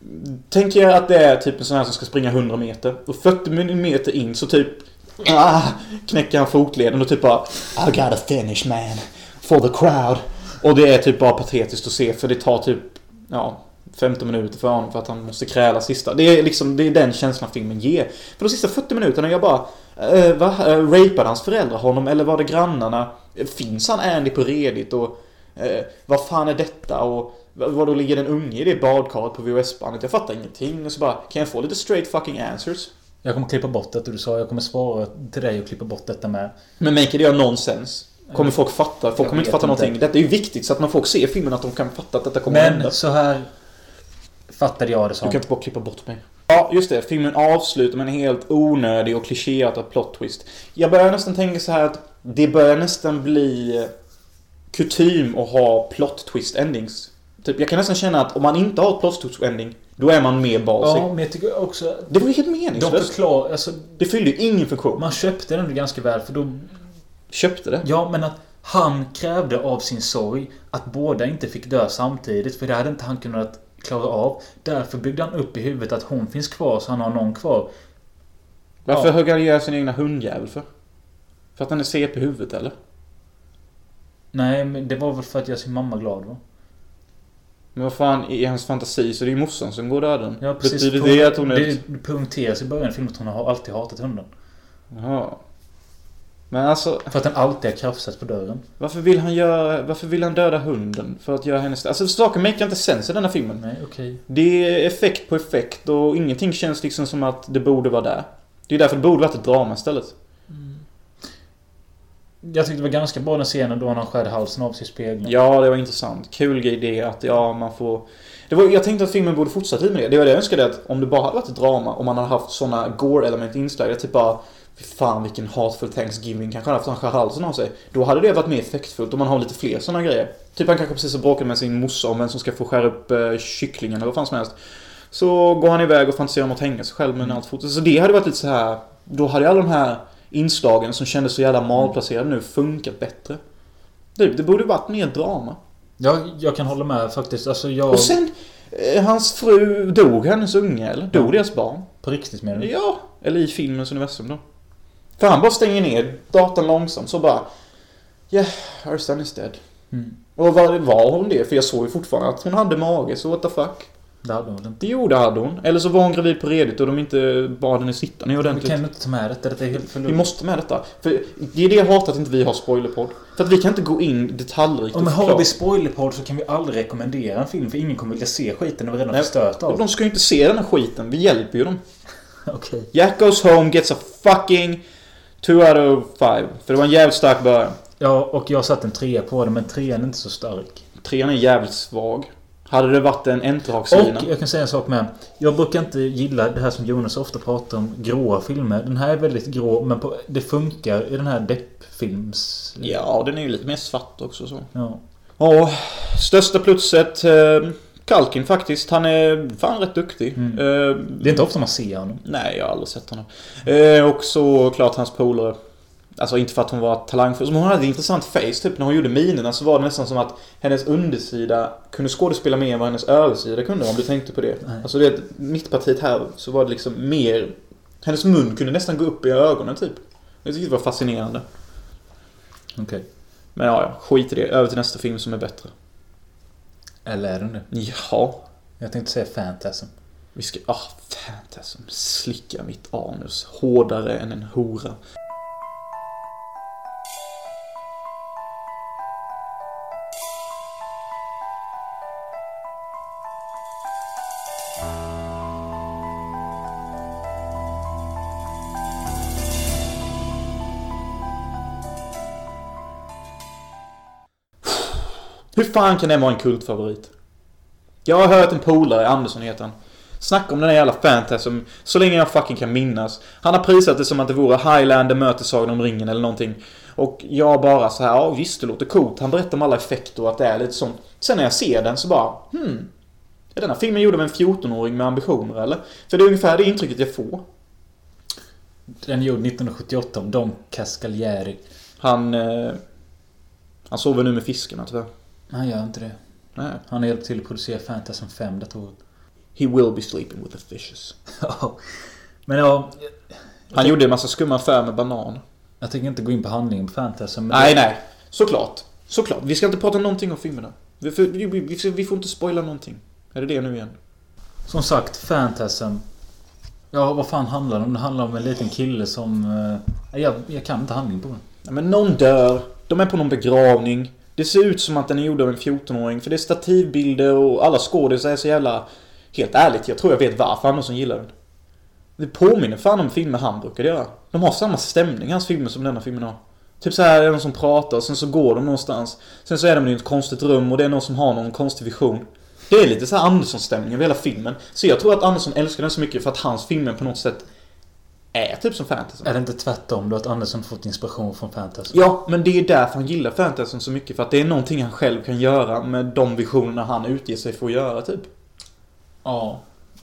Tänker jag att det är typ en sån här som ska springa hundra meter. Och fyrtio meter in så typ... Ah, knäcker han fotleden och typ bara... I gotta finish man. For the crowd. Och det är typ bara patetiskt att se för det tar typ... Ja... femton minuter för honom för att han måste kräla sista. Det är liksom det är den känslan filmen ger. För de sista fyrtio minuterna jag bara äh, va? Äh, rapade hans föräldrar honom eller var det grannarna? Finns han Andy på Reddit och äh, vad fan är detta och vad då ligger den unge i det badkaret på V H S-bandet? Jag fattar ingenting och så bara kan jag få lite straight fucking answers? Jag kommer klippa bort det och du sa jag kommer svara till dig och klippa bort detta med. Men make det göra nonsens. Kommer folk fatta? Folk kommer inte fatta inte. någonting. Detta är ju viktigt så att när folk ser filmen att de kan fatta att detta kommer Men att hända. Men så här fattade jag det som. Du kan inte bara klippa bort mig. Ja, just det. Filmen avslutar med en helt onödig och klichéartad plot twist. Jag börjar nästan tänka så här att det börjar nästan bli kutym att ha plot twist endings. Typ, jag kan nästan känna att om man inte har ett plot twist ending, då är man mer basig. Ja, men jag tycker också... Det var ju helt meningslöst. De förklar, alltså, det fyllde ju ingen funktion. Man köpte den ganska väl, för då... Köpte det? Ja, men att han krävde av sin sorg att båda inte fick dö samtidigt, för det hade inte han kunnat klara av. Därför byggde han upp i huvudet att hon finns kvar så han har någon kvar. Varför ja. högg han göra sin egna hundjävel för? För att han är C P i huvudet, eller? Nej, men det var väl för att göra sin mamma glad, va? Men vad fan, i hans fantasi så det är ju morsan som går döden. Ja, precis. Betyder det att hon är... Det punkteras i början av filmen att hon har alltid hatat hunden. Jaha. Men alltså... För att den alltid har krafsat på dörren. Varför vill han göra... Varför vill han döda hunden? För att göra hennes... Alltså saker make inte sens i den här filmen. Nej, okej. Okay. Det är effekt på effekt och ingenting känns liksom som att det borde vara där. Det är därför det borde varit ett drama istället. Mm. Jag tyckte det var ganska bra den scenen då han skärde halsen av sig i spegeln. Ja, det var intressant. Kul grej det att ja, man får... Det var, jag tänkte att filmen borde fortsätta med det. Det var det jag önskade att om det bara hade varit ett drama, om man hade haft såna gore-element inslag, typ bara fy fan vilken hatfull Thanksgiving kanske hade haft han skär halsen av sig. Då hade det varit mer effektfullt om man har lite fler såna grejer. Typ han kanske precis har bråkat med sin morsa om vem som ska få skära upp eh, kycklingen eller vad fan som helst. Så går han iväg och fantiserar om att hänga sig själv med en allt fort. Så det hade varit lite så här. Då hade alla de här inslagen som kändes så jävla malplacerade nu funkat bättre. Det, det borde varit mer drama. Ja, jag kan hålla med faktiskt. Alltså, jag... Och sen, eh, hans fru dog hennes unge, eller? Dog ja. Deras barn? På riktigt med det? Ja, eller i filmens universum då. För han bara stänger ner datan långsamt så bara yeah, our son is dead. Mm. Och vad var hon det? För jag såg ju fortfarande att hon hade mage, så what the fuck? Det hade hon inte. Det gjorde hade hon. Eller så var hon gravid på Reddit och de inte bad henne sitta ner ordentligt. Vi kan inte ta med detta, detta är helt för Vi måste med detta. För det är det jag hatar att inte vi har spoilerpodd. För att vi kan inte gå in detaljrikt och och har vi spoilerpodd så kan vi aldrig rekommendera en film. För ingen kommer vilja se skiten när vi redan förstört av. De ska ju inte se den här skiten. Vi hjälper ju dem. Okej. Okay. Jack Goes Home gets a fucking two out of five. För det var en jävligt stark början. Ja, och jag satt en trea på det, men trean är inte så stark. Trean är jävligt svag. Hade det varit en enterhawk-sina. Och jag kan säga en sak med. Jag brukar inte gilla det här som Jonas ofta pratar om, gråa filmer. Den här är väldigt grå, men på, det funkar i den här deppfilms... Ja, den är ju lite mer svart också så. Ja. Och största plutset eh, Kalkin faktiskt. Han är fan rätt duktig. Mm. Eh, det är inte ofta man ser honom. Nej, jag har aldrig sett honom. Eh, och så klart hans polare Alltså inte för att hon var talangfull. Som hon hade ett intressant face typ. När hon gjorde minerna så var det nästan som att hennes undersida kunde skådespela mer än vad hennes översida kunde, om du tänkte på det. Nej. Alltså det mittpartiet här så var det liksom mer... Hennes mun kunde nästan gå upp i ögonen typ. Jag tyckte det var fascinerande. Okej. Okay. Men ja, ja, skit i det. Över till nästa film som är bättre. Eller är den det? Ja. Jag tänkte säga Phantasm. Vi ska... Ah, Phantasm. Slicka mitt anus. Hårdare än en hora. Hur fan kan den vara en kultfavorit? Jag har hört en polare, Andersson heter han. Snacka om den här jävla Phantasm så länge jag fucking kan minnas. Han har prisat det som att det vore Highlander möter Sagan om ringen eller någonting. Och jag bara så här, ja visst det låter coolt. Han berättar om alla effekter och att det är lite sånt. Sen när jag ser den så bara, hmm. Är den här filmen gjord av en fjortonåring med ambitioner eller? För det är ungefär det intrycket jag får. Den är gjord nittonhundrasjuttioåtta av Don Cascagliari. Han... Eh, han sover nu med fiskarna tyvärr. Han gör inte det. Nej. Han har hjälpt till att producera Phantasm fem datorer. He will be sleeping with the fishes. Men ja... Han gjorde en massa skumma affär med banan. Jag tänker inte gå in på handlingen på Phantasm. Men nej, det... nej. Såklart. Såklart. Vi ska inte prata någonting om filmerna. Vi får, vi, vi, vi får inte spoila någonting. Är det det nu igen? Som sagt, Phantasm. Ja, vad fan handlar det om? Det handlar om en liten kille som... Uh, jag, jag kan inte handling på den. Ja, men någon dör. De är på någon begravning. Det ser ut som att den är gjord av en fjortonåring. För det är stativbilder och alla skådespelare är så jävla... Helt ärligt, jag tror jag vet varför han som gillar den. Det påminner fan om filmer han brukar göra. De har samma stämning, hans filmer, som denna filmen har. Typ så här är det någon som pratar och sen så går de någonstans. Sen så är de i ett konstigt rum och det är någon som har någon konstig vision. Det är lite så här Andersson-stämning över hela filmen. Så jag tror att Andersson älskar den så mycket för att hans filmer på något sätt är typ som Phantasm. Är det inte tvärtom då att Andersson fått inspiration från Phantasm? Ja, men det är därför han gillar Phantasm så mycket. För att det är någonting han själv kan göra med de visionerna han utger sig för att göra typ. Ja.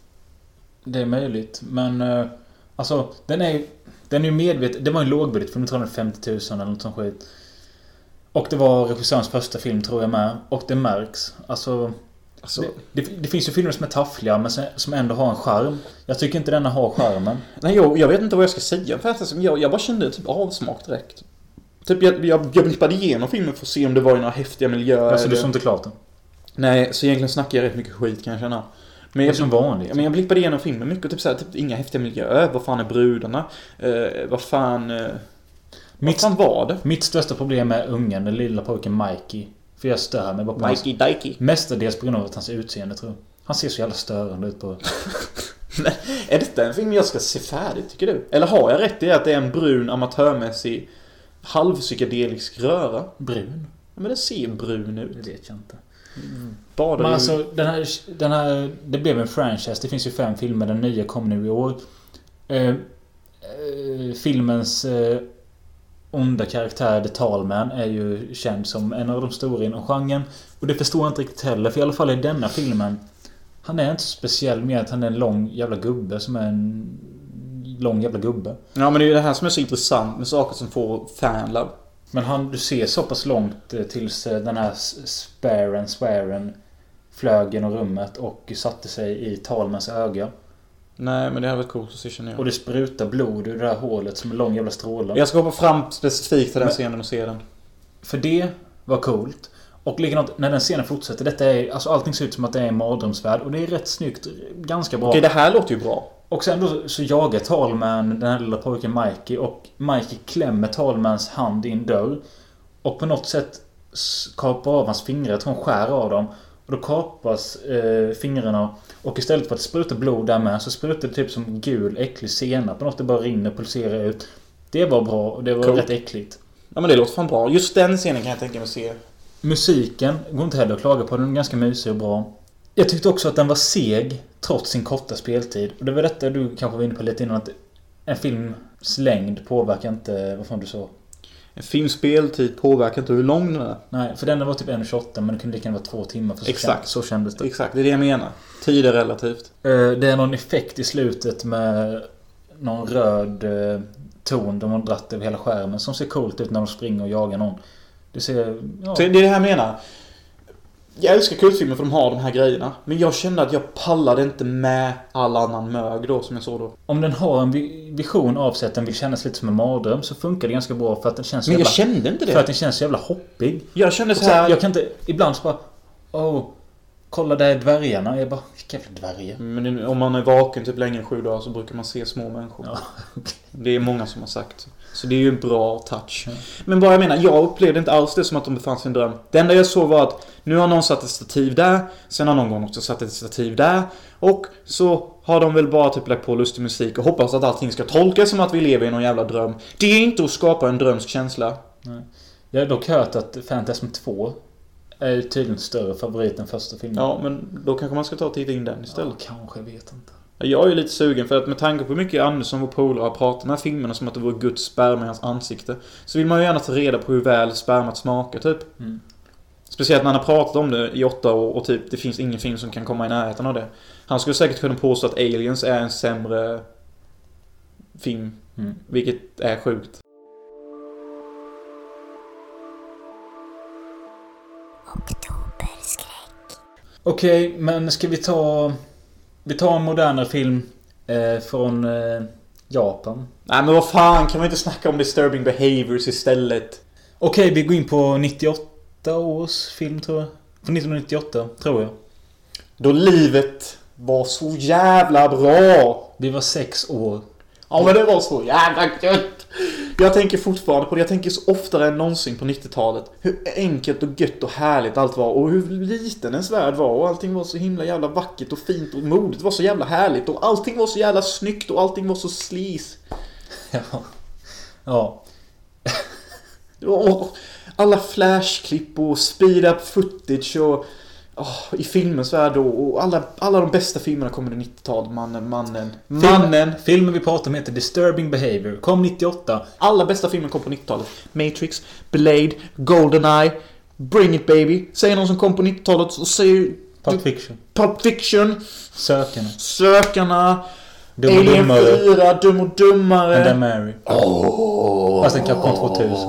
Det är möjligt. Men uh, alltså, den är den är ju medveten. Det var en lågbudget för nittonhundrafemtio tusen eller något sånt skit. Och det var regissörens första film tror jag med. Och det märks. Alltså, alltså det, det, det finns ju filmer som är taffliga men som ändå har en charm. Jag tycker inte denna har charmen. Nej, jag, jag vet inte vad jag ska säga. För att jag, jag bara kände typ avsmak direkt. Typ jag, jag, jag blippade igenom filmen för att se om det var i några häftiga miljöer. Alltså du såg inte klart den? Nej, så egentligen snackar jag rätt mycket skit kan jag känna. Men jag, som vanligt. Men jag blippade igenom filmen mycket och typ så här, typ inga häftiga miljöer. Vad fan är brudarna? Eh, vad fan... Eh, mitt, vad fan var det? Mitt största problem är ungen, den lilla pojken Mikey. För jag stör mig bara på Mikey hans... Dikey. Mestadels på grund av hans utseende tror jag. Han ser så jävla störande ut på... Nej, är detta en film jag ska se färdigt tycker du? Eller har jag rätt i att det är en brun amatörmässig halvpsykedelisk röra? Brun? Ja, men det ser brun ut. Det vet jag inte. Mm. Men alltså, den här, den här... Det blev en franchise. Det finns ju fem filmer. Den nya kom nu i år. Eh, eh, filmens eh, onda karaktär, The Tallman, är ju känd som en av de stora inom genren. Och det förstår jag inte riktigt heller. För i alla fall i denna filmen... Han är inte så speciell med att han är en lång jävla gubbe som är en lång jävla gubbe. Ja, men det är ju det här som är så intressant med saker som får fanlove. Men han, du ser så pass långt tills den här Sparen, Sparen flög genom rummet och satte sig i Talmans öga. Nej, men det här var ett coolt att se, känner jag. Och det sprutar blod ur det här hålet som en lång jävla stråle. Jag ska hoppa fram specifikt till den men, scenen och se den. För det var coolt. Och likadant när den scenen fortsätter, detta är, alltså allting ser ut som att det är en mardrömsvärld. Och det är rätt snyggt, ganska bra. Okej, det här låter ju bra. Och sen då så jagar Tallman den här lilla pojken Mikey. Och Mikey klämmer Tallmans hand i en dörr. Och på något sätt kapar av hans fingrar. Jag tror han skär av dem. Och då kapas eh, fingrarna. Och istället för att spruta blod där med, så sprutar det typ som gul äcklig senap. På något det bara rinner och pulserar ut. Det var bra och det var cool. Rätt äckligt. Ja, men det låter fan bra. Just den scenen kan jag tänka mig att se. Musiken går inte heller att klaga på. Den är ganska mysig och bra. Jag tyckte också att den var seg trots sin korta speltid. Och det var detta du kanske var inne på lite innan, att en films längd påverkar inte, vad fan du sa? En films speltid påverkar inte hur lång den är. Nej, för den var typ en tjugoåtta, men det kunde lika gärna vara två timmar. För så exakt. Känd, så kändes det. Exakt, det är det jag menar. Tid är relativt. Det är någon effekt i slutet med någon röd ton de har dratt över hela skärmen som ser coolt ut när de springer och jagar någon. Det ser... Ja. Så det är det här jag menar. Jag älskar kultfilmer för de har de här grejerna. Men jag kände att jag pallade inte med all annan mög då som jag såg då. Om den har en vision av sig att den vill kännas lite som en mardröm så funkar det ganska bra för att den känns Men jag jävla, kände inte det. För att den känns så jävla hoppig. Jag kände så Och så, här... jag kan inte... Ibland så bara... Åh... Kolla där är dvärgarna. Jag bara... Vilka jävla dvärgar? Men om man är vaken typ längre än sju dagar så brukar man se små människor. Ja, okay. Det är många som har sagt. Så det är ju en bra touch. Mm. Men vad jag menar, jag upplevde inte alls det som att de befann sig i en dröm. Det enda jag såg var att nu har någon satt ett stativ där. Sen har någon gång också satt ett stativ där. Och så har de väl bara typ lagt på lustig musik och hoppas att allting ska tolkas som att vi lever i någon jävla dröm. Det är inte att skapa en drömsk känsla. Nej. Jag har dock hört att Phantasm två är tydligen större favorit än första filmen. Ja, men då kanske man ska ta och titta in den istället. Ja, kanske, vet inte. Jag är lite sugen för att med tanke på hur mycket Andersson och polare har pratat om de här filmerna som att det var Guds sperma i hans ansikte, så vill man ju gärna ta reda på hur väl spermat smakar typ. Mm. Speciellt när han har pratat om det i åtta år och typ det finns ingen film som kan komma i närheten av det. Han skulle säkert kunna påstå att Aliens är en sämre film, mm. vilket är sjukt. Okej, okay, men ska vi ta... Vi tar en modernare film eh, från eh, Japan. Nej, men vad fan, kan man inte snacka om Disturbing Behaviors istället? Okej, okay, vi går in på nittioåtta års film, tror jag. Från nittonhundranittioåtta, tror jag. Då livet var så jävla bra. Vi var sex år. Ja, men det var så jävla gött. Jag tänker fortfarande på det. Jag tänker så oftare än någonsin på nittiotalet. Hur enkelt och gött och härligt allt var. Och hur liten ens värld var. Och allting var så himla jävla vackert och fint. Och modet var så jävla härligt. Och allting var så jävla snyggt. Och allting var så sleaze. Ja. Ja. Och alla flashklipp och speed-up footage och... Oh, i filmens värld då. Och alla, alla de bästa filmerna kommer i nittiotalet. Mannen, mannen, mannen. Film, filmen vi pratar om heter Disturbing Behavior. Kom nittioåtta. Alla bästa filmer kom på nittiotalet. Matrix, Blade, GoldenEye, Bring It Baby. Säger någon som kom på nittiotalet och säger... Pulp Fiction. Pulp Fiction. Sökarna. Sökarna. Dum och Alien dummare. fyra, Dum och dummare. And then Mary. Oh. Fast den kan komma tvåtusen.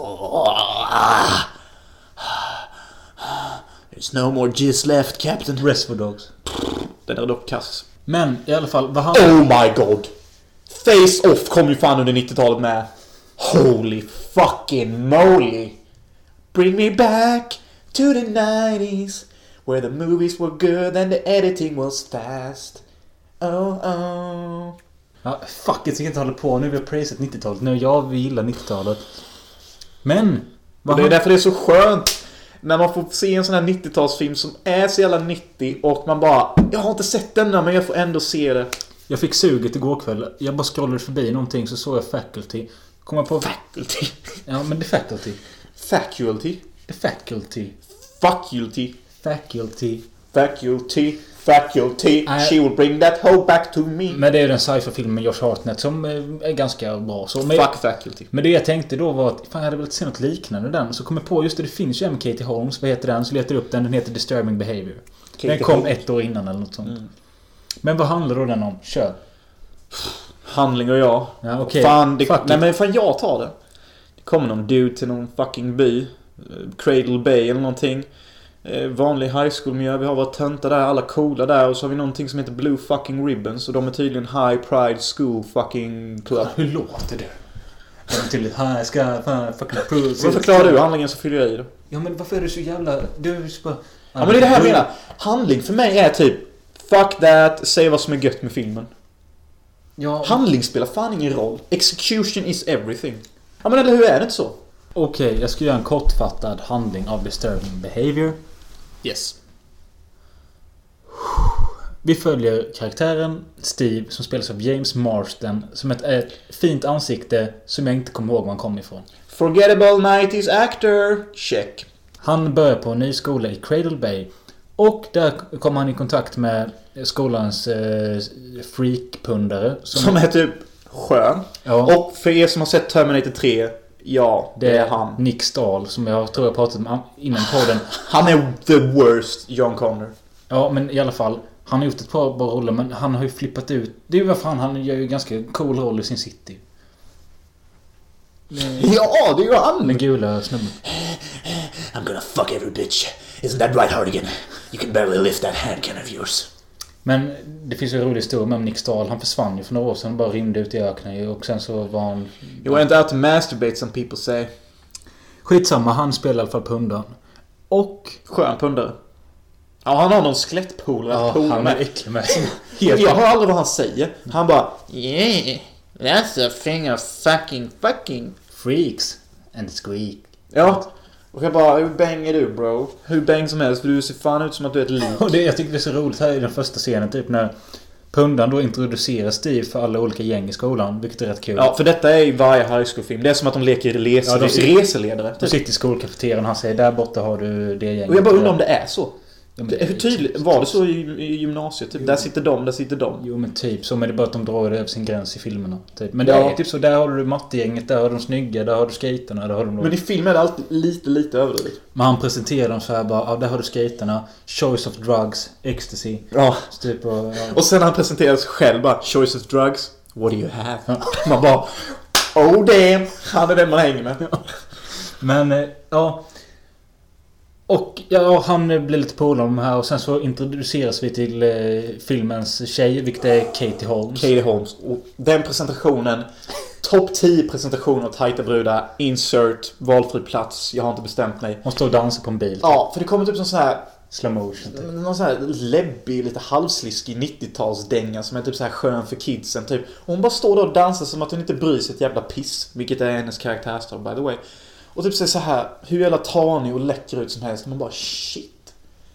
There's no more jizz left, Captain. Reservoir Dogs. Den är dock kass. Men i alla fall, vad han... Oh my god. Face Off kom ju fan under nittiotalet med. Holy fucking moly. Bring me back to the nineties where the movies were good and the editing was fast. Oh oh. Ja, fuck, jag tycker inte hålla på. Nu har vi praisat nittiotalet. Nu jag vi gillar nittiotalet. Men... Och det är därför det är så skönt när man får se en sån här nittiotalsfilm som är så jävla nittio och man bara, jag har inte sett den där men jag får ändå se det. Jag fick suget igår kväll. Jag bara scrollade förbi någonting så såg jag Faculty. Kom jag på... Faculty? Ja, men det är Faculty. Faculty? The Faculty. Faculty. Faculty. Faculty. Faculty. Äh, She will bring that hoe back to me. Men det är ju den sci-fi-filmen med Josh Hartnett som är ganska bra. Så, men, Fuck Faculty. Men det jag tänkte då var att fan, jag hade väl se något liknande den. Så kom jag på, just det, det finns ju en Katie Holmes. Vad heter den? Så letar jag upp den. Den heter Disturbing Behavior. Katie den kom Holmes. Ett år innan eller något sånt. Mm. Men vad handlar då den om? Kör. Handling och jag. Ja, okay. Fan, det, nej men fan jag tar det. Det kommer någon dude till någon fucking by. Cradle Bay eller någonting. Vanlig high school miljö. Vi har våra töntar där, alla coola där. Och så har vi någonting som heter Blue fucking Ribbons. Och de är tydligen High Pride School fucking club. Hur låter det? De är tydligt här ska fan fucking prove. Vad förklarar du handlingen så fyller jag i det? Ja men varför är du så jävla... Du är så bara... Ja men det är det här jag menar. Handling för mig är typ fuck that, säg vad som är gött med filmen. Ja. Handling spelar fan ingen roll. Execution is everything. Ja men eller hur är det inte så? Okej, okay, jag ska göra en kortfattad handling av Disturbing Behavior. Yes. Vi följer karaktären Steve som spelas av James Marsden som ett, ett fint ansikte som jag inte kommer ihåg var han kom ifrån. Forgettable nineties actor. Check. Han börjar på en ny skola i Cradle Bay och där kommer han i kontakt med skolans eh, freakpundare som, som är typ skön. Ja. Och för er som har sett Terminator tre, ja, det, det är han. Nick Stahl som jag tror jag pratat om innan podden. Han är the worst John Connor. Ja, men i alla fall han har gjort ett par bra roller men han har ju flippat ut. Det är ju varför han, han gör ju ganska cool roll i sin City. Ja, det är ju han! Den gula snubben. I'm gonna fuck every bitch. Isn't that right, Hardigan? You can barely lift that hand can of yours. Men det finns ju en rolig historia med Nick Stahl. Han försvann ju för några år sedan och bara rymde ut i öknen. Och sen så var han... You went out to masturbate, some people say. Skitsamma, han spelar i alla fall pundaren. Och... Skön pundare. Ja, han har någon skelettpolare. Ja, polare han är med. äcklig med. Helt jag hör aldrig vad han säger. Han bara... Yeah, that's a thing of fucking fucking... Freaks and squeak. Ja. Och jag bara, hur bang är du, bro? Hur bang som helst, för du ser fan ut som att du är ett lik. Och det, jag tycker det är så roligt här i den första scenen, typ när pundan då introducerar Steve för alla olika gäng i skolan, vilket är rätt kul. Ja, för detta är ju varje high school-film. Det är som att de leker rese, ja, de sitter, reseledare. De sitter i skolkafeterian och han säger, där borta har du det gänget. Och jag bara undrar om det är så. Ja, det, hur tydligt, var det så i, i gymnasiet? Typ, där sitter de, där sitter de. Jo, men typ så, men det är bara att de drar det över sin gräns i filmerna. Typ. Men det ja. är typ så, där har du mattegänget, där har de snygga, där har du skaterna, där har de... Men i filmen är det alltid lite, lite överdrivet. Men han presenterar dem så här bara, ja, där har du skaterna, choice of drugs, ecstasy. Ja. Typ, och, ja. och sen han presenterar sig själv bara, choice of drugs, what do you have? Ja. Man bara, oh damn, han är den man hänger med. Men, ja... Och ja, han blir lite polare om här och sen så introduceras vi till eh, filmens tjej, vilket är Katie Holmes. Katie Holmes. Och den presentationen, topp tio presentationer av tajta brudar, insert, valfri plats, jag har inte bestämt mig. Hon står och dansar på en bil. Ja, för det kommer typ som sån här... Slow motion. Typ. Någon sån här läbbig, lite halvsliskig nittiotalsdänga som är typ så här skön för kidsen typ. Och hon bara står där och dansar som att hon inte bryr sig ett jävla piss, vilket är hennes karaktärsdrag by the way. Och typ säger så här, hur jävla tanig och läcker ut som helst. Man bara, shit.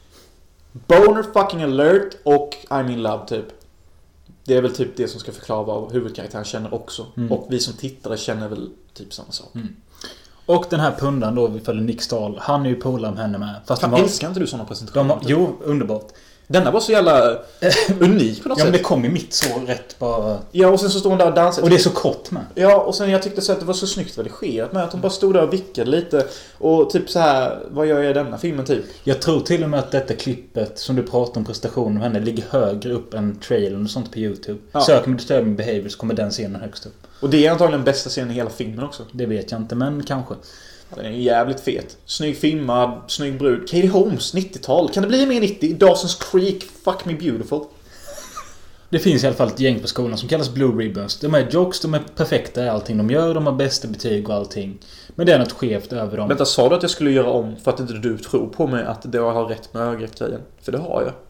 Boner fucking alert och I'm in love typ. Det är väl typ det som ska förklara vad huvudkaraktären känner också. Mm. Och vi som tittare känner väl typ samma sak. Mm. Och den här pundan då, vi följer Nick Stahl. Han är ju polare med henne med. Fast Fan, var, älskar inte du sådana presentationer? Har, jo, underbart. Denna var så jävla unik på något ja, sätt. Ja, men det kom i mitt så rätt bara... Ja, och sen så stod hon där och dansade. Och det är så kort med. Ja, och sen jag tyckte så att det var så snyggt redigerat med att hon bara stod där och vickade lite. Och typ så här, vad gör jag i denna filmen typ? Jag tror till och med att detta klippet som du pratar om prestationen av henne ligger högre upp än trailern och sånt på YouTube. Ja. Sök med Disturbing Behavior så kommer den scenen högst upp. Och det är antagligen bästa scenen i hela filmen också. Det vet jag inte, men kanske. Den är jävligt fet. Snygg filmad, snygg brud. Katie Holmes, nittiotal. Kan det bli mer nittio? Dawson's Creek, Fuck Me Beautiful. Det finns i alla fall ett gäng på skolan som kallas Blue Ribbons. De är jocks, de är perfekta i allting de gör. De har bästa betyg och allting. Men det är något skevt över dem. Vänta, sa du att jag skulle göra om för att inte du tror på mig att jag har rätt med ögat-grejen? För det har jag.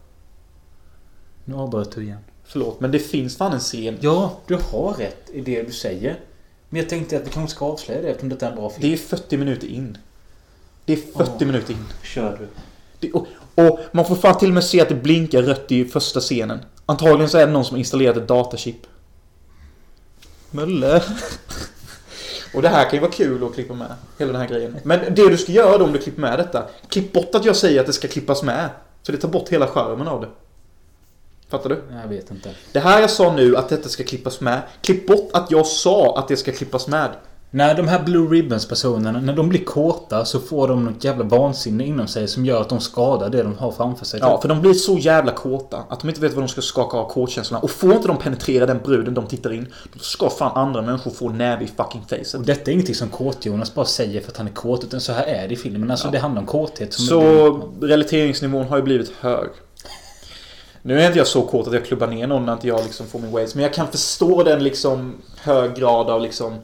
Nu avbröt du igen. Förlåt, men det finns fan en scen. Ja, du har rätt i det du säger. Men jag tänkte att vi kanske ska avslöja det eftersom det är en bra film. Det är fyrtio minuter in. Det är fyrtio oh, minuter in. Kör du. Det, och, och man får fan till och med se att det blinkar rött i första scenen. Antagligen så är det någon som har installerat ett datachip. Mölle. Och det här kan ju vara kul att klippa med. Hela den här grejen. Men det du ska göra då om du klipper med detta. Klipp bort att jag säger att det ska klippas med. För det tar bort hela skärmen av det. Fattar du? Jag vet inte. Det här jag sa nu att detta ska klippas med. Klipp bort att jag sa att det ska klippas med. När de här Blue Ribbons personerna, när de blir kåta så får de något jävla vansinne inom sig som gör att de skadar det de har framför sig. Ja, för de blir så jävla kåta att de inte vet vad de ska skaka av kåtkänslorna. Och får inte de penetrera den bruden de tittar in, då ska fan andra människor få näve i fucking facet. Och detta är ingenting som Kåt-Jonas bara säger för att han är kåt, utan så här är det i filmen. Alltså ja. Det handlar om kåthet. Som så är... relateringsnivån har ju blivit hög. Nu är inte jag så kåt att jag klubbar ner någon när inte jag liksom får min waves. Men jag kan förstå den liksom hög grad av liksom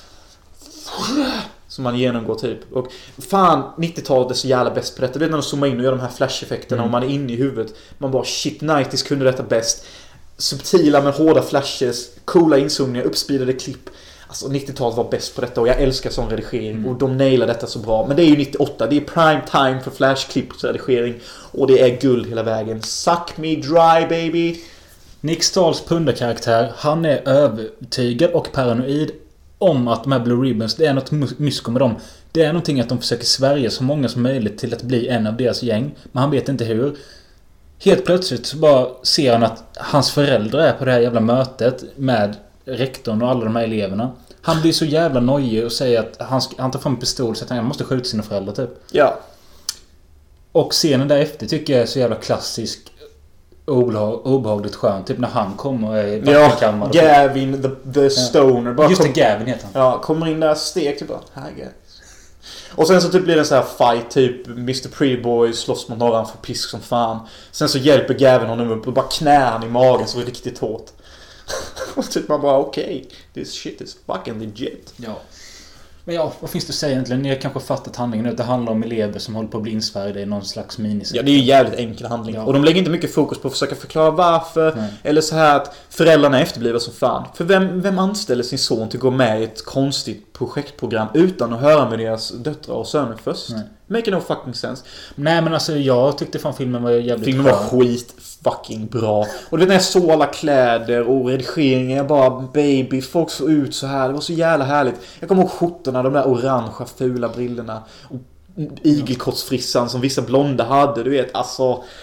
som man genomgår typ. Och fan, nittiotalet är så jävla bäst på detta. Det är när de zoomar in och gör de här flash-effekterna mm. och man är inne i huvudet. Man bara shit, nineties kunde detta bäst. Subtila men hårda flashes, coola inzoomningar, uppspeedade klipp. Alltså nittiotalet var bäst på detta och jag älskar sån redigering mm. och de nailar detta så bra. Men det är ju nittioåtta, det är prime time för flashklippsredigering och det är guld hela vägen. Suck me dry baby. Nick Stahls pundarkaraktär, han är övertygad och paranoid om att de här Blue Ribbons, det är något mysko med dem. Det är någonting att de försöker svärja så många som möjligt till att bli en av deras gäng. Men han vet inte hur. Helt plötsligt så bara ser han att hans föräldrar är på det här jävla mötet med rektorn och alla de här eleverna. Han blir så jävla nojig och säger att han, ska, han tar fram en pistol så att han måste skjuta sina föräldrar typ. Ja. Och scenen därefter tycker jag är så jävla klassisk. obehag, obehagligt skönt. Typ när han kommer i Ja, vattenkammaren. Gavin, the, the stoner. Bara Just kom, det, Gavin heter han. Ja, kommer in där, steg typ bara, här guys. Och sen så typ blir det en sån här fight, typ mister Prettyboy slåss mot några, han får pisk som fan. Sen så hjälper Gavin honom upp och bara knär han i magen så riktigt hårt. Och typ man bara, okej, okay, this shit is fucking legit. Ja. Men ja, vad finns det att säga egentligen? Ni har kanske fattat handlingen nu. Det handlar om elever som håller på att bli insvärjda i någon slags miniserie. Ja, det är ju jävligt enkel handling. Ja. Och de lägger inte mycket fokus på att försöka förklara varför. Nej. Eller så här att föräldrarna efterbliver som fan. För vem, vem anställer sin son till att gå med i ett konstigt projektprogram utan att höra med deras döttrar och söner först? Nej. Make no fucking sense. Nej, men alltså jag tyckte fan filmen var jävligt Filmen var skön. skit fucking bra. Och det när jag såg alla kläder och redigeringen, jag bara, baby, folk såg ut så här. Det var så jävla härligt. Jag kommer ihåg skjortorna, de där orangea fula brillorna. Och igelkottsfrissan som vissa blonda hade, du vet, alltså.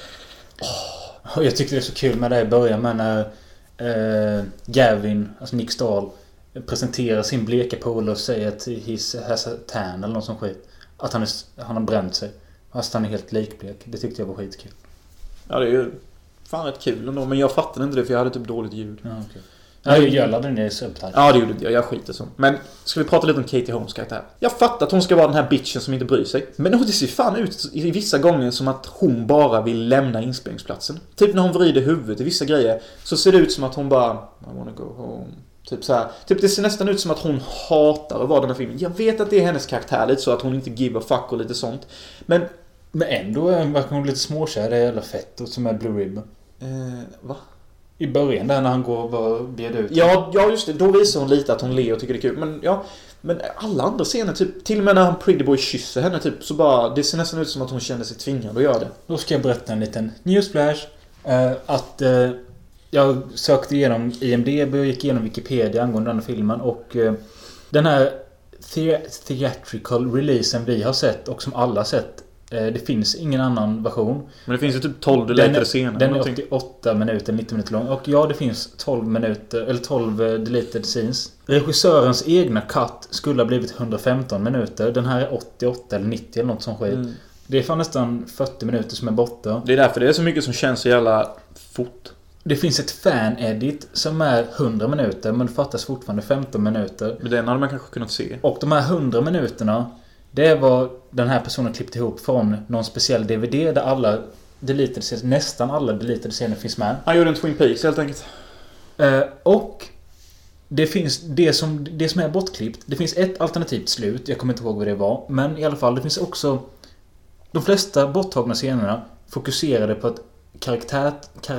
Oh. Jag tyckte det är så kul med det i början, men när eh, Gavin, alltså Nick Stahl, presenterar sin bleka polare och säger att he's has a tan eller något sånt skit. Att han, är, han har bränt sig. Fast han är helt likblek. Det tyckte jag var skitkul. Ja, det är ju fan rätt kul ändå. Men jag fattade inte det för jag hade typ dåligt ljud. Ja, okej. Ja, jag gör den i subtitle. Ja, det gjorde jag. Jag skiter så. Men ska vi prata lite om Katie Holmes karaktär? Jag fattar att hon ska vara den här bitchen som inte bryr sig. Men det ser fan ut i vissa gånger som att hon bara vill lämna inspelningsplatsen. Typ när hon vrider huvudet i vissa grejer så ser det ut som att hon bara I wanna go home. Typ så här. Typ det ser nästan ut som att hon hatar att vara den här filmen. Jag vet att det är hennes karaktär lite så att hon inte give a fuck och lite sånt. Men Men ändå verkar hon lite småkär. Det är jävla fett och som är Blue Ribbon. eh, va? I början där när han går och bara bjöd ut. Ja, ja, just det. Då visar hon lite att hon ler och tycker det är kul. Men ja, men alla andra scener, typ, till och med när han Pretty Boy kysser henne, typ, så bara, det ser nästan ut som att hon känner sig tvingad att göra det. Då ska jag berätta en liten newsflash. Uh, att uh, jag sökte igenom I M D B och gick igenom Wikipedia angående den här filmen. Och uh, den här the- theatrical releasen vi har sett och som alla har sett, uh, det finns ingen annan version. Men det finns ju typ tolv deleted scener. Den är åttioåtta minuter, nittio minuter lång. Och ja, det finns tolv minuter, eller tolv deleted scenes. Regissörens egna cut skulle ha blivit hundrafemton minuter. Den här är åttioåtta eller nittio eller något sånt skit. Mm. Det är fan nästan fyrtio minuter som är borta. Det är därför det är så mycket som känns så jävla fort. Det finns ett fan-edit som är hundra minuter, men det fattas fortfarande femton minuter. Men den hade man kanske kunnat se. Och de här hundra minuterna, det är vad den här personen klippt ihop från någon speciell D V D där alla deleted scener, nästan alla deleted scener finns med. Han gjorde en Twin Peaks helt enkelt. Eh, och det finns det som, det som är bortklippt. Det finns ett alternativt slut. Jag kommer inte ihåg vad det var. Men i alla fall, det finns också de flesta borttagna scenerna fokuserade på ett karaktär,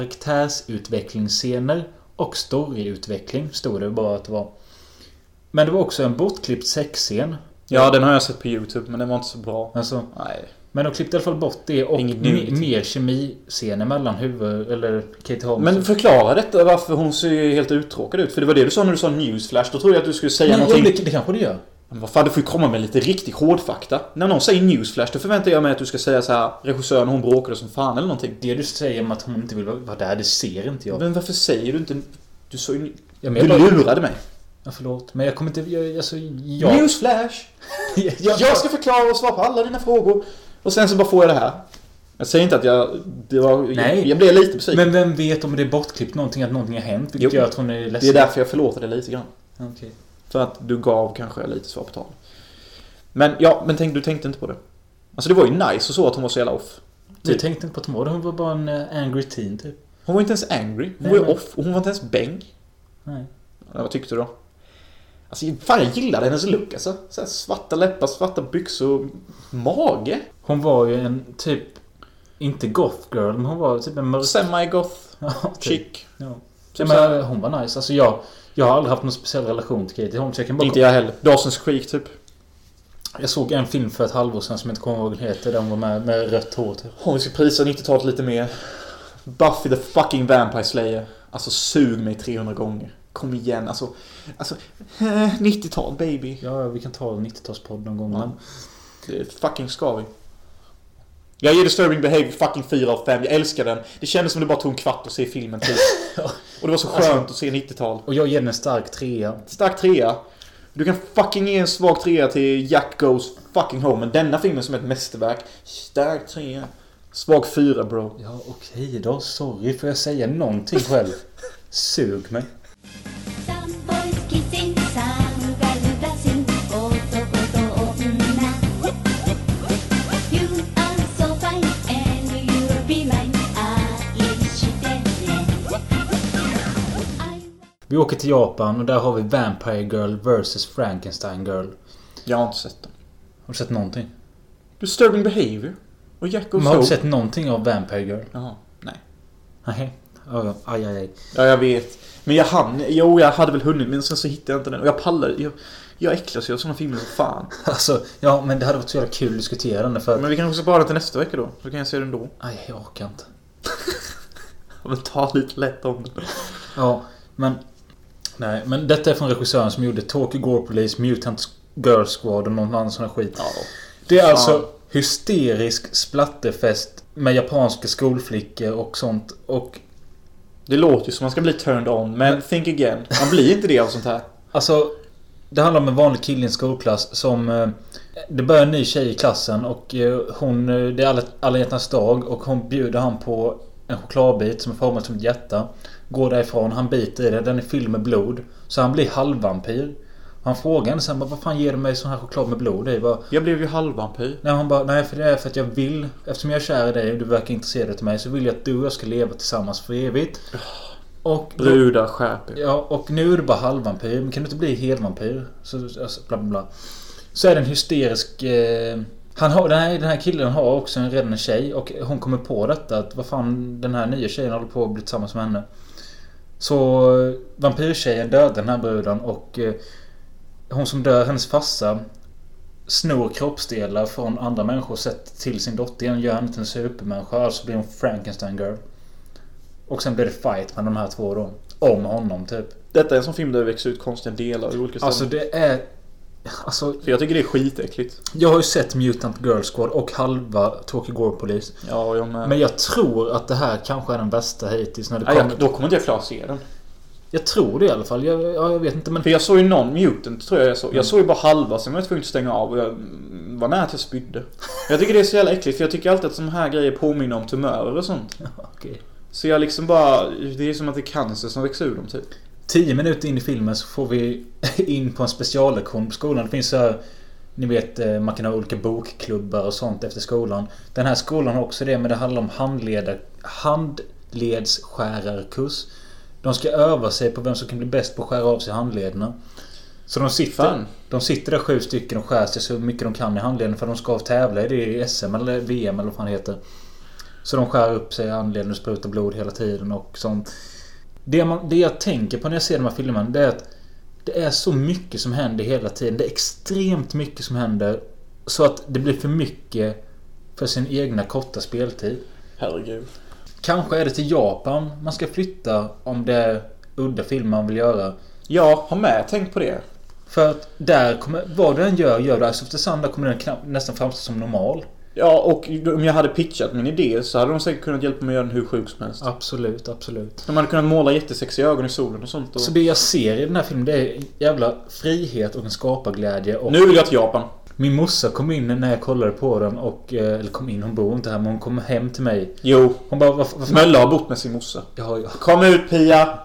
karaktärsutvecklingsscener och storyutveckling. Stod det bara att det var. Men det var också en bortklippt sexscen. Ja, den har jag sett på YouTube, men den var inte så bra. Alltså, Nej. men de klippte i alla fall bort det och Inget me- nytt. mer kemiscener mellan huvud eller Katie Holmes. Men förklara detta varför hon ser helt uttråkad ut. För det var det du sa när du sa newsflash. Då trodde jag att du skulle säga Nej, någonting. det, det kanske det gör. Men vad fan, du får ju komma med lite riktigt hårdfakta. När någon säger newsflash, då förväntar jag mig att du ska säga så här: regissören, hon bråkade som fan eller någonting. Det du säger om att hon inte vill vara där, det ser inte jag. Men varför säger du inte? Du sa ju... Ja, men Du jag bara- lurade mig. Ja, förlåt. Men jag kommer inte... Jag, alltså, jag... Newsflash! jag, Jag ska förklara och svara på alla dina frågor. Och sen så bara får jag det här. Jag säger inte att jag... Det var, Nej. Jag blev lite besviken. Men vem vet om det är bortklippt någonting, att någonting har hänt? Vilket Jo. gör att hon är ledsen. Det är därför jag förlåter det lite grann. Okej. För att du gav kanske lite svar på tal. Men ja, men tänk, du tänkte inte på det. Alltså det var ju nice och så att hon var så jävla off. Jag tänkte inte på att hon var det. Hon var bara en uh, angry teen, typ. Hon var inte ens angry. Hon Nej, var ju men- off. Och hon var inte ens bäng. Nej. Ja, vad tyckte du då? Alltså fan, jag gillade hennes look alltså. Så här, svarta läppar, svarta byxor, mage. Hon var ju en typ... Inte goth girl, men hon var typ en mörk... Semi-goth, Ja, typ. chic. Ja. Typ Ja, så här. men hon var nice. Alltså jag... Jag har aldrig haft någon speciell relation till Katie Holmes. Jag kan bara... Inte jag heller. Dawson's Creek typ. Jag såg en film för ett halvår sedan som jag inte kommer ihåg vad den heter. Där hon var med, med rött hår, typ. Om vi ska prisa nittiotalet lite mer. Buffy the fucking Vampire Slayer. Alltså sug mig trehundra gånger. Kom igen, alltså. Alltså, eh, nittiotal baby. Ja, vi kan ta nittiotalspodd någon gång. Ja. Men... Det fucking ska vi. Jag ger Disturbing Behavior fucking fyra av fem. Jag älskar den. Det kändes som det bara tog en kvart att se filmen typ. Och det var så skönt att se nittiotal. Och jag ger den en stark trea. Stark trea. Du kan fucking ge en svag trea till Jack Goes fucking Home. Men denna filmen som är ett mästerverk. Stark trea. Svag fyra, bro. Ja, okej då. Sorry, får jag säga någonting själv? Sug mig. Some boys kissing, some guys dancing, otoko to onna. You are so fine and you'll be mine. Aishitete. Vi åker till Japan och där har vi Vampire Girl versus Frankenstein Girl. Jag har inte sett den. Har du sett någonting? Disturbing Behavior. Och Jack och Men har du Soap. sett någonting av Vampire Girl? Jaha, nej. Nej. Ja, aj, aj, aj. Ja, jag vet. Men jag hann, jo jag hade väl hunnit, men sen så hittade jag inte den. Och jag pallar, jag, jag äcklas ju av sådana filmer som fan. Alltså, ja men det hade varit så jävla kul att diskutera den för att... Men vi kan också spara den till nästa vecka då. Så kan jag se den då. Aj, jag orkar inte. Ja, men ta lite lätt om den. Ja, men... Nej, men detta är från regissören som gjorde Tokyo Gore Police, Mutant Girl Squad och någon annan sån här skit. Ja. Det är Fan. alltså hysterisk splatterfest med japanska skolflickor och sånt. Och Det låter ju som man ska bli turned on. Men, men think again. Man blir inte det av sånt här. alltså, det handlar om en vanlig kille i en skolklass som... eh, Det börjar en ny tjej i klassen och eh, hon... eh, Det är alla, alla hjärtans dag och hon bjuder han på en chokladbit som är formad som ett hjärta. Går därifrån, han biter i det, den är fylld med blod. Så han blir halvvampyr. Han frågar henne sen bara, vad fan ger du mig sån här choklad med blod? Det är bara... Jag blev ju halvvampyr. Nej, han bara, nej för det är för att jag vill, eftersom jag är kär i dig och du verkar intresserad av mig, så vill jag att du och jag ska leva tillsammans för evigt. Och Brudar skärper. ja, och nu är du bara halvvampyr, men kan du inte bli helvampyr? Så, alltså, bla bla bla. Så är det en hysterisk... Eh, han har, den, här, den här killen har också en, redan en tjej och hon kommer på detta att vad fan, den här nya tjejen håller på att bli tillsammans med henne. Så eh, vampyrtjejen dödar den här bruden och eh, hon som dör, hennes farsa, snor kroppsdelar från andra människor, sett till sin dotter igen, gör henne till en supermänniska, alltså blir hon Frankenstein Girl. Och sen blir det fight med de här två då. Om honom typ. Detta är en sån film där det växer ut konstiga delar i olika ställen. Alltså det är... Alltså, För jag tycker det är skitäckligt. jag har ju sett Mutant Girl Squad och halva Tokyo Gore Police. Ja, jag med. Men jag tror att det här kanske är den bästa hittills när det Nej, kommer. jag, då kommer inte jag klara att se den. Jag tror det i alla fall. Jag, ja, jag vet inte men... För jag såg ju någon Mutant, tror jag jag såg. Jag såg ju bara halva, sen var jag tvungen att stänga av och jag var nära att jag spydde. Jag tycker det är så jävla äckligt, för jag tycker alltid att såna här grejer påminner om tumörer och sånt. Okej. Så jag liksom bara, det är som att det är cancer som växer ur dem typ. Tio minuter in i filmen så får vi in på en speciallektion på skolan. Det finns så här, ni vet, man kan ha olika bokklubbar och sånt efter skolan. Den här skolan har också det, men det handlar om handledar, handledsskärarkurs. De ska öva sig på vem som kan bli bäst på att skära av sig handlederna. Så de sitter, Fan. de sitter där sju stycken och skär sig så mycket de kan i handleden, för de ska tävla i det i S M eller V M eller vad fan det heter. Så de skär upp sig i handleden och sprutar blod hela tiden och sånt. Det, man, det jag tänker på när jag ser de här filmerna, det är att det är så mycket som händer hela tiden. Det är extremt mycket som händer, så att det blir för mycket för sin egna korta speltid. Herregud. Kanske är det till Japan man ska flytta om det är udda film man vill göra. Jag har med tänkt på det. För att där kommer, vad du än gör, gör du Eyes of the Sun, där kommer den knappt, nästan framstå som normal. Ja, och om jag hade pitchat min idé så hade de säkert kunnat hjälpa mig att göra den hur sjuk som helst. Absolut, absolut. De hade kunnat måla jättesexiga ögon i solen och sånt. Och... Så det jag ser i den här filmen, det är jävla frihet och en skaparglädje. Och nu vill jag till Japan. min morsa kom in när jag kollade på den och, eller kom in, hon bor inte här, men hon kom hem till mig. Jo, Hon bara, vad, vad fan? Mölla har bott med sin morsa. Ja, ja. Kom ut, Pia!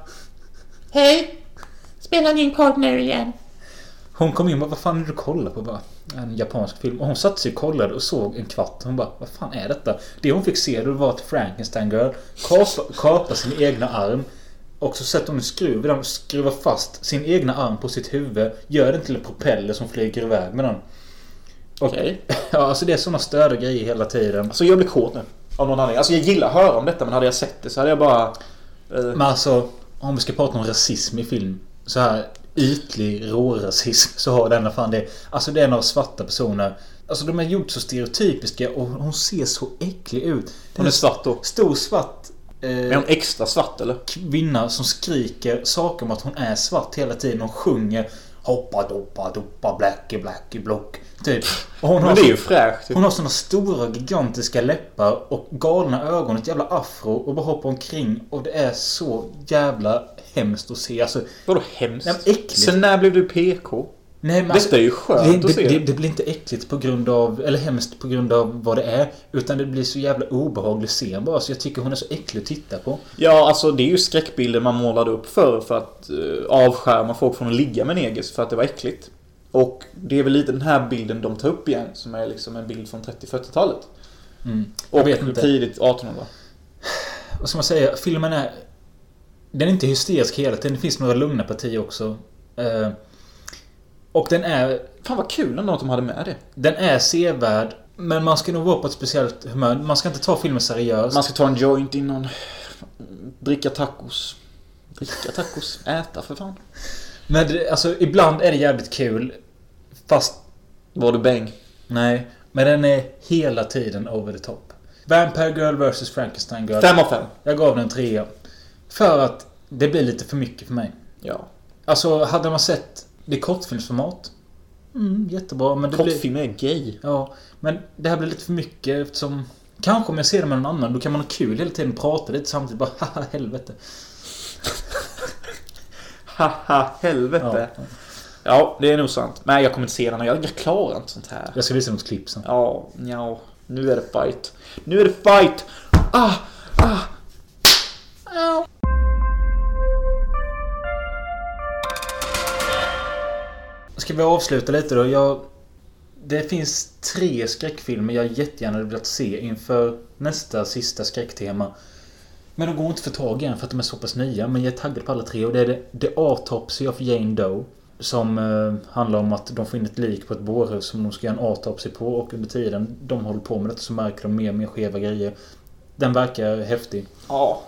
Hej! Spelar din partner igen? Hon kom in och bara, vad fan är det du kollar på? Bara, en japansk film. Och hon satt sig och kollade och såg en kvart. Hon bara, vad fan är detta? Det hon fick se då var att Frankenstein Girl kapa, kapa sin egna arm. Och så sätter hon en skruv i den och skruvar fast sin egna arm på sitt huvud. Gör den till en propeller som flyger iväg med den. Okej. Okay. Ja, alltså det är såna större grejer hela tiden. Alltså jag blir kåt nu. Av någon anledning. Alltså jag gillar att höra om detta, men hade jag sett det så hade jag bara... Eh... Men alltså, om vi ska prata om rasism i film, så här ytlig rårasism, så har denna fan det. Alltså det är några svarta personer. Alltså de är gjort så stereotypiska och hon ser så äcklig ut. Hon är svart då. Stor svart eh, Är hon extra svart eller? kvinna som skriker saker om att hon är svart hela tiden och sjunger hoppa doppa doppa blackie blackie block typ. Och hon Men har det är så, ju fräscht typ. hon har såna stora gigantiska läppar och galna ögon, ett jävla afro och bara hoppar omkring och det är så jävla hemskt att se. Alltså, Vadå hemskt? Nej, men äckligt. Sen när blev du P K? Nej, men Detta är ju skönt det, att se. det, det blir inte äckligt på grund av, eller hemskt på grund av vad det är, utan det blir så jävla obehaglig scen bara, så jag tycker hon är så äcklig att titta på. Ja, alltså det är ju skräckbilder man målade upp för för att uh, avskärma folk från att ligga med negers för att det var äckligt. Och det är väl lite den här bilden de tar upp igen, som är liksom en bild från trettio-fyrtiotalet. Mm. Jag Och vet inte. tidigt artonhundra. Vad ska man säga? Filmen är... Den är inte hysterisk hela tiden. Det finns några lugna partier också. Uh, och den är... Fan vad kul ändå att de hade med det. Den är sevärd. Men man ska nog vara på ett speciellt humör. Man ska inte ta filmen seriöst. Man ska ta en joint innan. Dricka tacos. Dricka tacos. Äta för fan. Men det, alltså, ibland är det jävligt kul. Fast... Var du bäng? Nej. Men den är hela tiden over the top. Vampire Girl versus Frankenstein Girl. Fem av fem. Jag gav den trea. För att det blir lite för mycket för mig. Ja. Alltså, hade man sett det i kortfilmsformat. Mm, jättebra. Men det Kortfilm blir... är gay. Ja, men det här blir lite för mycket eftersom... Kanske om jag ser det med någon annan, då kan man ha kul hela tiden, prata lite samtidigt. Bara, haha, helvete. Haha, helvete. Ja. Ja, det är nog sant. Men jag kommer inte se den. Jag, jag klarar inte sånt här. Jag ska visa något klipp sen. Ja, ja. Nu är det fight. Nu är det fight. Ah, ah. Au. Ska vi avsluta lite då? Jag... Det finns tre skräckfilmer jag jättegärna hade velat se inför nästa sista skräcktema. Men de går inte för tag igen för att de är så pass nya. Men jag är taggad på alla tre. Och det är The Autopsy of Jane Doe. Som eh, handlar om att de får in ett lik på ett bårhus som de ska göra en autopsy på. Och under tiden de håller på med det så märker de mer och mer skeva grejer. Den verkar häftig. Ja.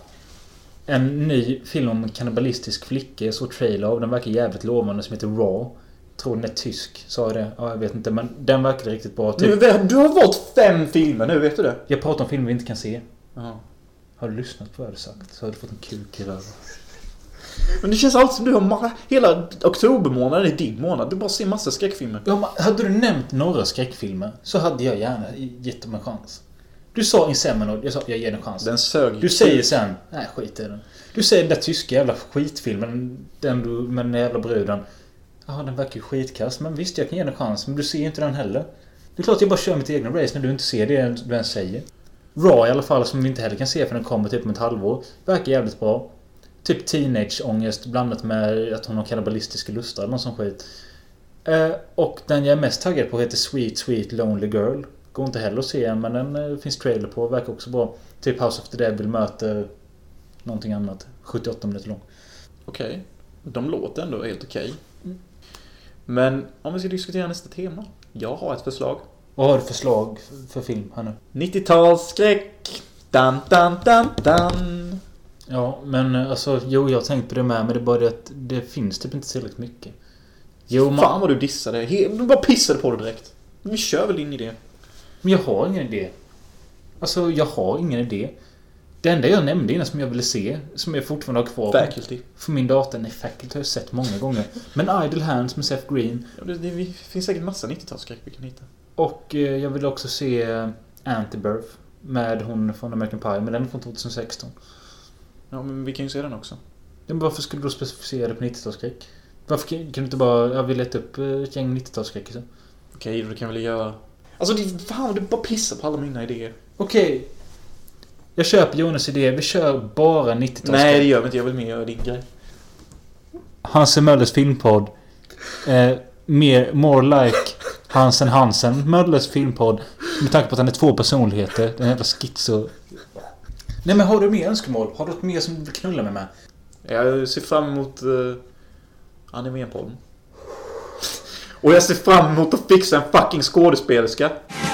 En ny film om en kannibalistisk flicka. Jag såg trailer av. Den verkar jävligt lovande, som heter Raw. Jag tror den är tysk. Sa jag det? Ja, jag vet inte. Men den verkar riktigt bra. Typ. Nu, du har valt fem filmer nu, vet du det? Jag pratar om filmer vi inte kan se. Ja. Har du lyssnat på vad jag hade sagt så har du fått en kuk i röven. Men det känns alltid som du har ma- hela oktobermånaden är din månad. Du bara ser massa skräckfilmer. Ja, men hade du nämnt några skräckfilmer så hade jag gärna gett dem en chans. Du sa Inseminode, jag sa jag ger den en chans. Den sög. Du säger sen, nej skit i den. Du säger den där tyska jävla skitfilmen, den du, med den jävla bruden. Ja, den verkar ju skitkast, men visst jag kan ge den en chans, men du ser inte den heller. Det är klart jag bara kör mitt egna race när du inte ser det du ens säger. Raw i alla fall, som vi inte heller kan se för den kommer typ om ett halvår, verkar jävligt bra. Typ teenage-ångest blandat med att hon har kannibalistiska lustar eller någon sån skit. Eh, och den jag är mest taggad på heter Sweet Sweet Lonely Girl. Går inte heller att se, men den eh, finns trailer på, verkar också bra. Typ House of the Devil möter någonting annat. sjuttioåtta minuter lång. Okej. Okay. De låter ändå helt okej. Okay. Men om vi ska diskutera nästa tema. Jag har ett förslag. Vad har du förslag för film här nu? nittiotalsskräck. Dan, dan, dan, dan. Ja, men alltså, jo, jag har tänkt på det med, men det är bara det att det finns typ inte tillräckligt mycket. Jo, man... Fan vad du dissade. Du bara pissade på det direkt. Vi kör väl in i det. Men jag har ingen idé. Alltså, jag har ingen idé. Det enda jag nämnde innan som jag ville se, som jag fortfarande har kvar Faculty. För min dator, nej, Faculty har jag sett många gånger. Men Idle Hands med Seth Green. Ja, det, det finns säkert massa nittiotalsskräck vi kan hitta. Och eh, jag vill också se Antibirth med hon från American Pie, men den är från tjugohundrasexton. Ja, men vi kan ju se den också. Men varför skulle du specificera det på nittiotalsskräck? Varför kan, kan du inte bara, jag vill leta upp ett gäng nittiotalsskräck? Okej, okay, då kan vi väl göra... Alltså, det, fan, du bara pissar på alla mina idéer. Okej. Okay. Jag köper Jonas idé. Vi kör bara nittiotalsskräck. Nej, det gör vi inte. Jag vill mer göra din grej. Hansen Möllers filmpodd. Eh, mer, more like Hansen Hansen Möllers filmpodd. Med tanke på att han är två personligheter. Den jävla schizo. Nej, men har du mer önskemål? Har du något mer som du vill knulla med mig? Jag ser fram emot uh, animépodden. Och jag ser fram emot att fixa en fucking skådespelerska.